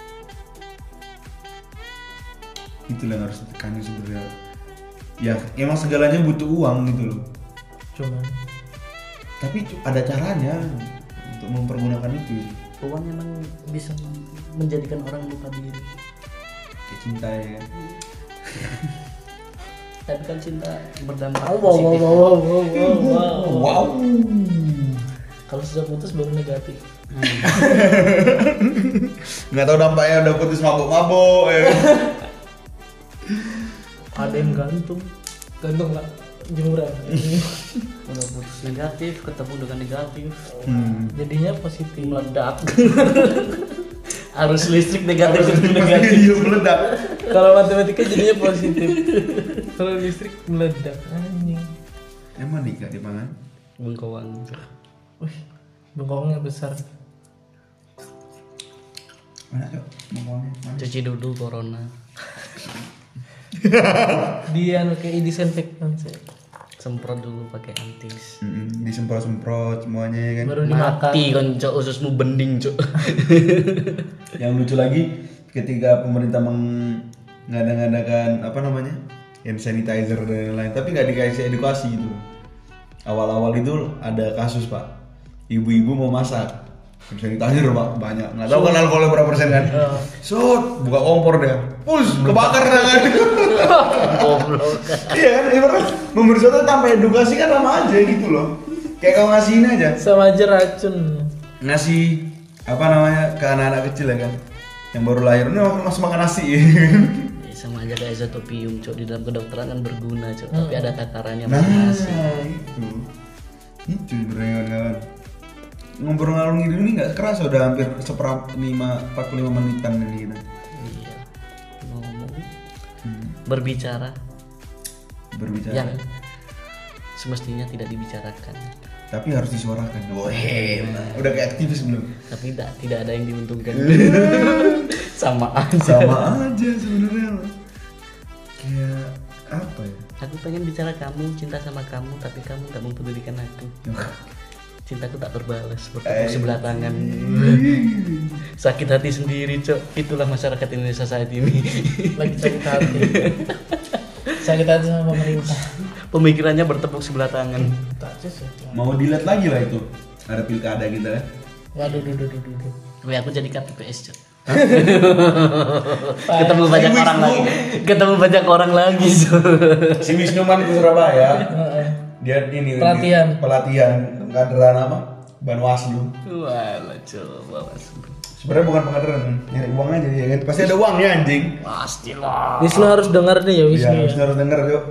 Itulah yang harus ditekani sebenarnya. Ya emang segalanya butuh uang gitu loh, Cuman tapi cu- ada caranya untuk mempergunakan itu. Uang memang bisa menjadikan orang lupa diri. Kayak cinta ya kan. Tapi kan cinta berdampak wow wow positif. wow wow wow wow. Wow. Kalau sudah putus baru negatif. Nggak tahu dampaknya udah putus mabuk-mabuk ya. Ada yang gantung, gantung lah jemuran. Udah putus negatif, ketemu dengan negatif, Hmm. Jadinya positif. meledak. Arus listrik negatif ketemu negatif. Iya meledak. Kalau matematika jadinya positif. Kalau listrik meledak anjing. Emang nih gak dipangan? Bengkoang. Wih, bengkongnya besar. Mana cok? Bengkongnya mana? Cuci dulu corona. Dia kayak disinfektan sih. Semprot dulu pakai antis. Mm-mm, disemprot-semprot semuanya ya kan. Baru dimakan. Mati kan cok, ususmu bening cok. Yang lucu lagi ketika pemerintah mengadakan apa namanya hand sanitizer dan lain-lain, tapi nggak dikasih edukasi gitu. Awal-awal itu ada kasus pak, ibu-ibu mau masak hand sanitizer pak banyak, nggak tahu kan alkoholnya berapa persen kan? Sot, buka kompor deh, pus kebakar kan? Goblok. Iya kan, ibarat memberi sesuatu tanpa edukasi kan sama aja gitu loh. Kayak kau ngasih ini aja, Sama aja racun. ngasih apa namanya ke anak-anak kecil ya kan, yang baru lahir, ini masih makan nasi. Sama aja kayak isotopium cok, di dalam kedokteran kan berguna cok, tapi ada takarannya Nah masing-masing. itu, itu sebenarnya kawan. Ngobrol ngalung ngidul ini nggak kerasa udah hampir seperempat lima empat puluh lima menitan ini kita. Iya. Ngomong, berbicara Berbicara. yang semestinya tidak dibicarakan, Tapi harus disuarakan. Wih, udah kayak aktivis belum? tapi tidak tidak ada yang diuntungkan. Sama aja. Sama aja sebenarnya. Kayak apa ya? Aku pengen bicara kamu, cinta sama kamu, tapi kamu nggak mempedulikan aku. Cintaku tak terbalas, bertepuk sebelah tangan. Sakit hati sendiri cok, itulah masyarakat Indonesia saat ini. Lagi sakit hati. Sakit hati sama pemerintah. Pemikirannya bertepuk sebelah tangan. Tak cus ya. Mau dilihat lagi lah itu. Ada pilkada kita kan. Waduh, duh, duh, duh, duh, duh. Wih, aku jadi K P P S cok. Ketemu banyak orang lagi. Ketemu banyak orang lagi cok. Si Wisnu Man ke Surabaya. Dia ini Pelatihan. ini, pelatihan pengkaderan apa? Banwaslu. Wah, coba mas. Sebenarnya bukan pengkaderan, nyari uang aja ya kan. Pasti ada uangnya anjing. Pastilah. Wisnu harus dengar nih ya Wisnu. Iya, Ya, Wisnu harus denger yuk.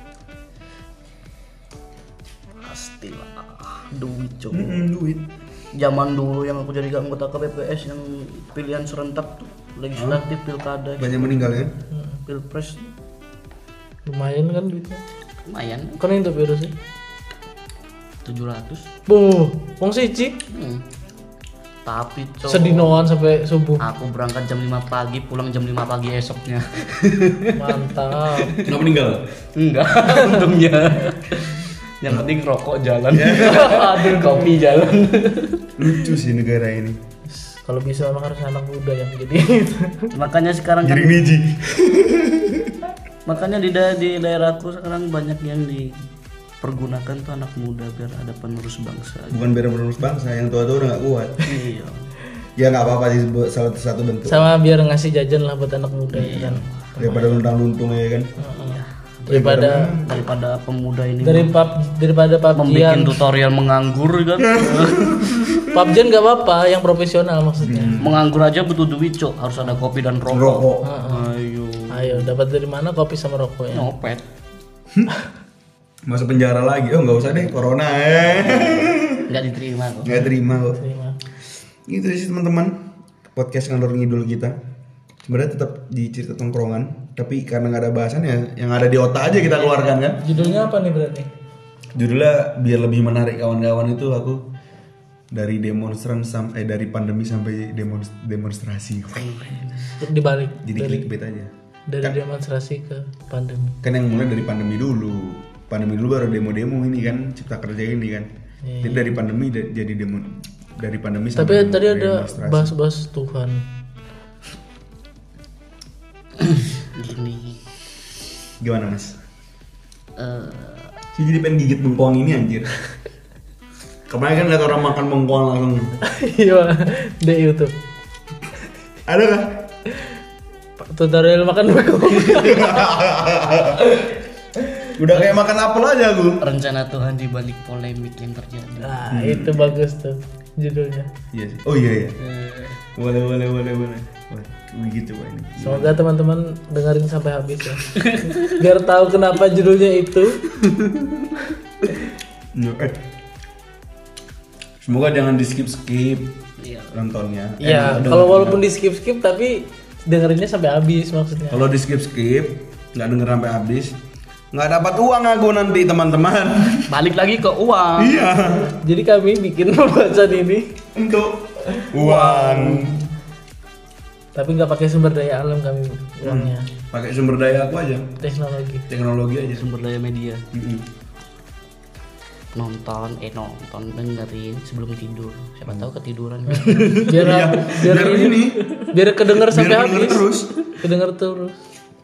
Pastilah. Duit cok. Mm-mm, duit. Zaman dulu yang aku jadi anggota K P P S yang pilihan serentak tuh, legislatif, pilkada, Banyak meninggal ya. pilpres, lumayan kan duitnya. lumayan Kan itu virus sih. tujuh ratus. Bu, wong siji Hmm. Tapi cok, sedinoan sampai subuh. aku berangkat jam lima pagi, pulang jam lima pagi esoknya. Mantap. Nggak meninggal. Enggak, untungnya. Yang penting rokok jalan. Aduh, kopi jalan. Lucu sih negara ini. Kalau bisa emang harus anak muda yang jadi Makanya sekarang kan, Jadi niji. makanya di da- di daerahku sekarang banyak yang dipergunakan tuh anak muda biar ada penerus bangsa. Bukan biar penerus bangsa, yang tua-tua udah nggak kuat. Iya. Ya nggak apa-apa sih, bu- salah satu bentuk. sama biar ngasih jajan lah buat anak muda ya kan. Daripada luntang-luntung ya kan. Daripada Daripada pemuda ini dari pub daripada membuat PUBG-an. tutorial menganggur kan. PUBG nggak apa-apa, yang profesional maksudnya. Menganggur aja butuh duit cok, harus ada kopi dan rokok. Rokok. Ayo. Ayo, dapat dari mana kopi sama rokoknya? Nyopet. Masuk penjara lagi. Oh nggak usah deh, corona eh. Nggak diterima kok. Nggak terima kok. Terima. Gitu sih teman-teman. Podcast ngalor ngidul kita. Sebenarnya tetap di cerita tongkrongan, tapi karena nggak ada bahasan ya, yang ada di otak aja kita keluarkan kan. Judulnya apa nih berarti? Judulnya biar lebih menarik kawan-kawan itu aku dari demonstran sampai eh, dari pandemi sampai demons- demonstrasi. Dibalik Jadi dari clickbait aja. dari demonstrasi ke pandemi. Kan yang mulai dari pandemi dulu. Pandemi dulu baru demo-demo ini kan, cipta kerja ini kan. Jadi dari pandemi da- jadi demo dari pandemi Tapi sampai tadi ada demonstrasi. bahas-bahas Tuhan. Gini. Eh, Gimana mas? Si jadi pengen gigit bengkoang ini anjir. Kemarin kan liat orang makan bengkoang langsung. Iya, di YouTube. Ada kah? Tutorial makan bengkong. Udah kayak makan apel aja aku. Rencana Tuhan di balik polemik yang terjadi. Nah, itu bagus tuh judulnya. Iya sih. Oh iya iya. Eh, Boleh boleh boleh boleh. Wah, begitu Pak ini. Semoga teman-teman dengerin sampai habis ya. Biar tahu kenapa judulnya itu. Eh. Semoga jangan di skip skip Iya. nontonnya. Eh, Iya, dengernya. kalau walaupun di skip-skip tapi dengerinnya sampai habis maksudnya. Kalau di skip skip nggak denger sampai habis, nggak dapat uang aku nanti teman-teman. Balik lagi ke uang. Iya. Jadi kami bikin pembahasan ini Untuk uang. tapi nggak pakai sumber daya alam kami uangnya. Pakai sumber daya aku aja, Teknologi. teknologi aja. Sumber daya media. Mm-mm. Nonton, eh nonton, dengerin sebelum tidur. Siapa tahu ketiduran. Biar Iya, biar, biar ini ini. biar kedenger sampai kedenger habis. terus. Kedenger terus.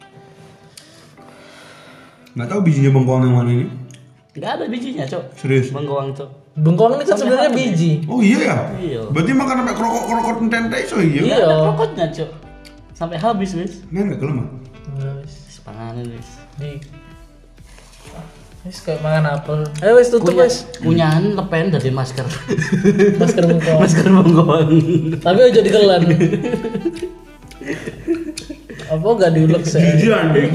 Nggak tahu bijinya bengkoang yang mana ini? Enggak ada bijinya, Cok. Serius? Bengkoang, Cok. Bengkoang ini kan Sampai sebenarnya habis. biji. Oh iya ya. Iya. Berarti makan sampai kerokok-kerokok tente so iya. Iya. Ada krokotnya, Cok. Sampai habis, wis. Nah, nggak kelemah. Nah, wis. Sepanganan, wis. Di wis kayak makan apel. Ayo wis tutup Punya, wis. punyahan lepen dari masker. Masker bengkoang. Masker bengkoang. Tapi aja dikelan. Apa gak diulek sih? Jijik anjing.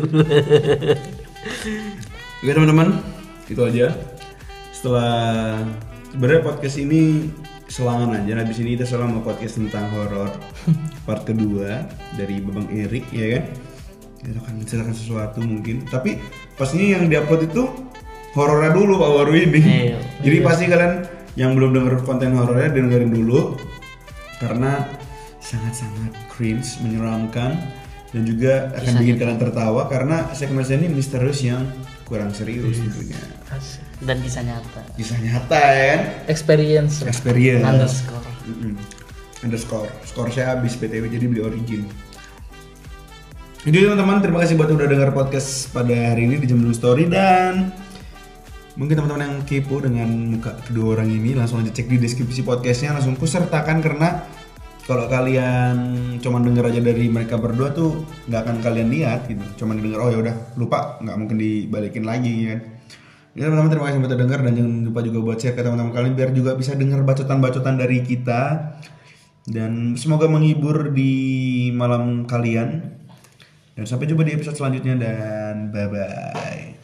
Oke teman-teman, itu aja. Setelah sebenarnya podcast ini selangan aja. Habis ini kita selama podcast tentang horor part kedua dari Babang Erik, ya kan? Kita akan menceritakan sesuatu mungkin. Tapi pastinya yang diupload itu horornya dulu Pak baru ini. Iya. Jadi pasti kalian yang belum denger konten horornya dengerin dulu karena sangat-sangat cringe, menyeramkan dan juga akan bikin kalian tertawa karena segmen ini misterius yang kurang serius tentunya. Asik. Dan bisa nyata. Kisah nyata ya kan? Experience. Experience. Underscore. Mm-mm. Underscore. Skor saya habis B T W jadi beli origin. Jadi teman-teman terima kasih buat udah dengar podcast pada hari ini di Jam Dulu Story dan mungkin teman-teman yang kepo dengan muka kedua orang ini langsung aja cek di deskripsi podcastnya langsung ku sertakan karena kalau kalian cuma denger aja dari mereka berdua tuh nggak akan kalian lihat gitu, cuma denger oh ya udah lupa nggak mungkin dibalikin lagi kan. Ya teman-teman terima kasih buat udah denger dan jangan lupa juga buat share ke teman-teman kalian biar juga bisa denger bacotan-bacotan dari kita dan semoga menghibur di malam kalian dan sampai jumpa di episode selanjutnya dan bye bye.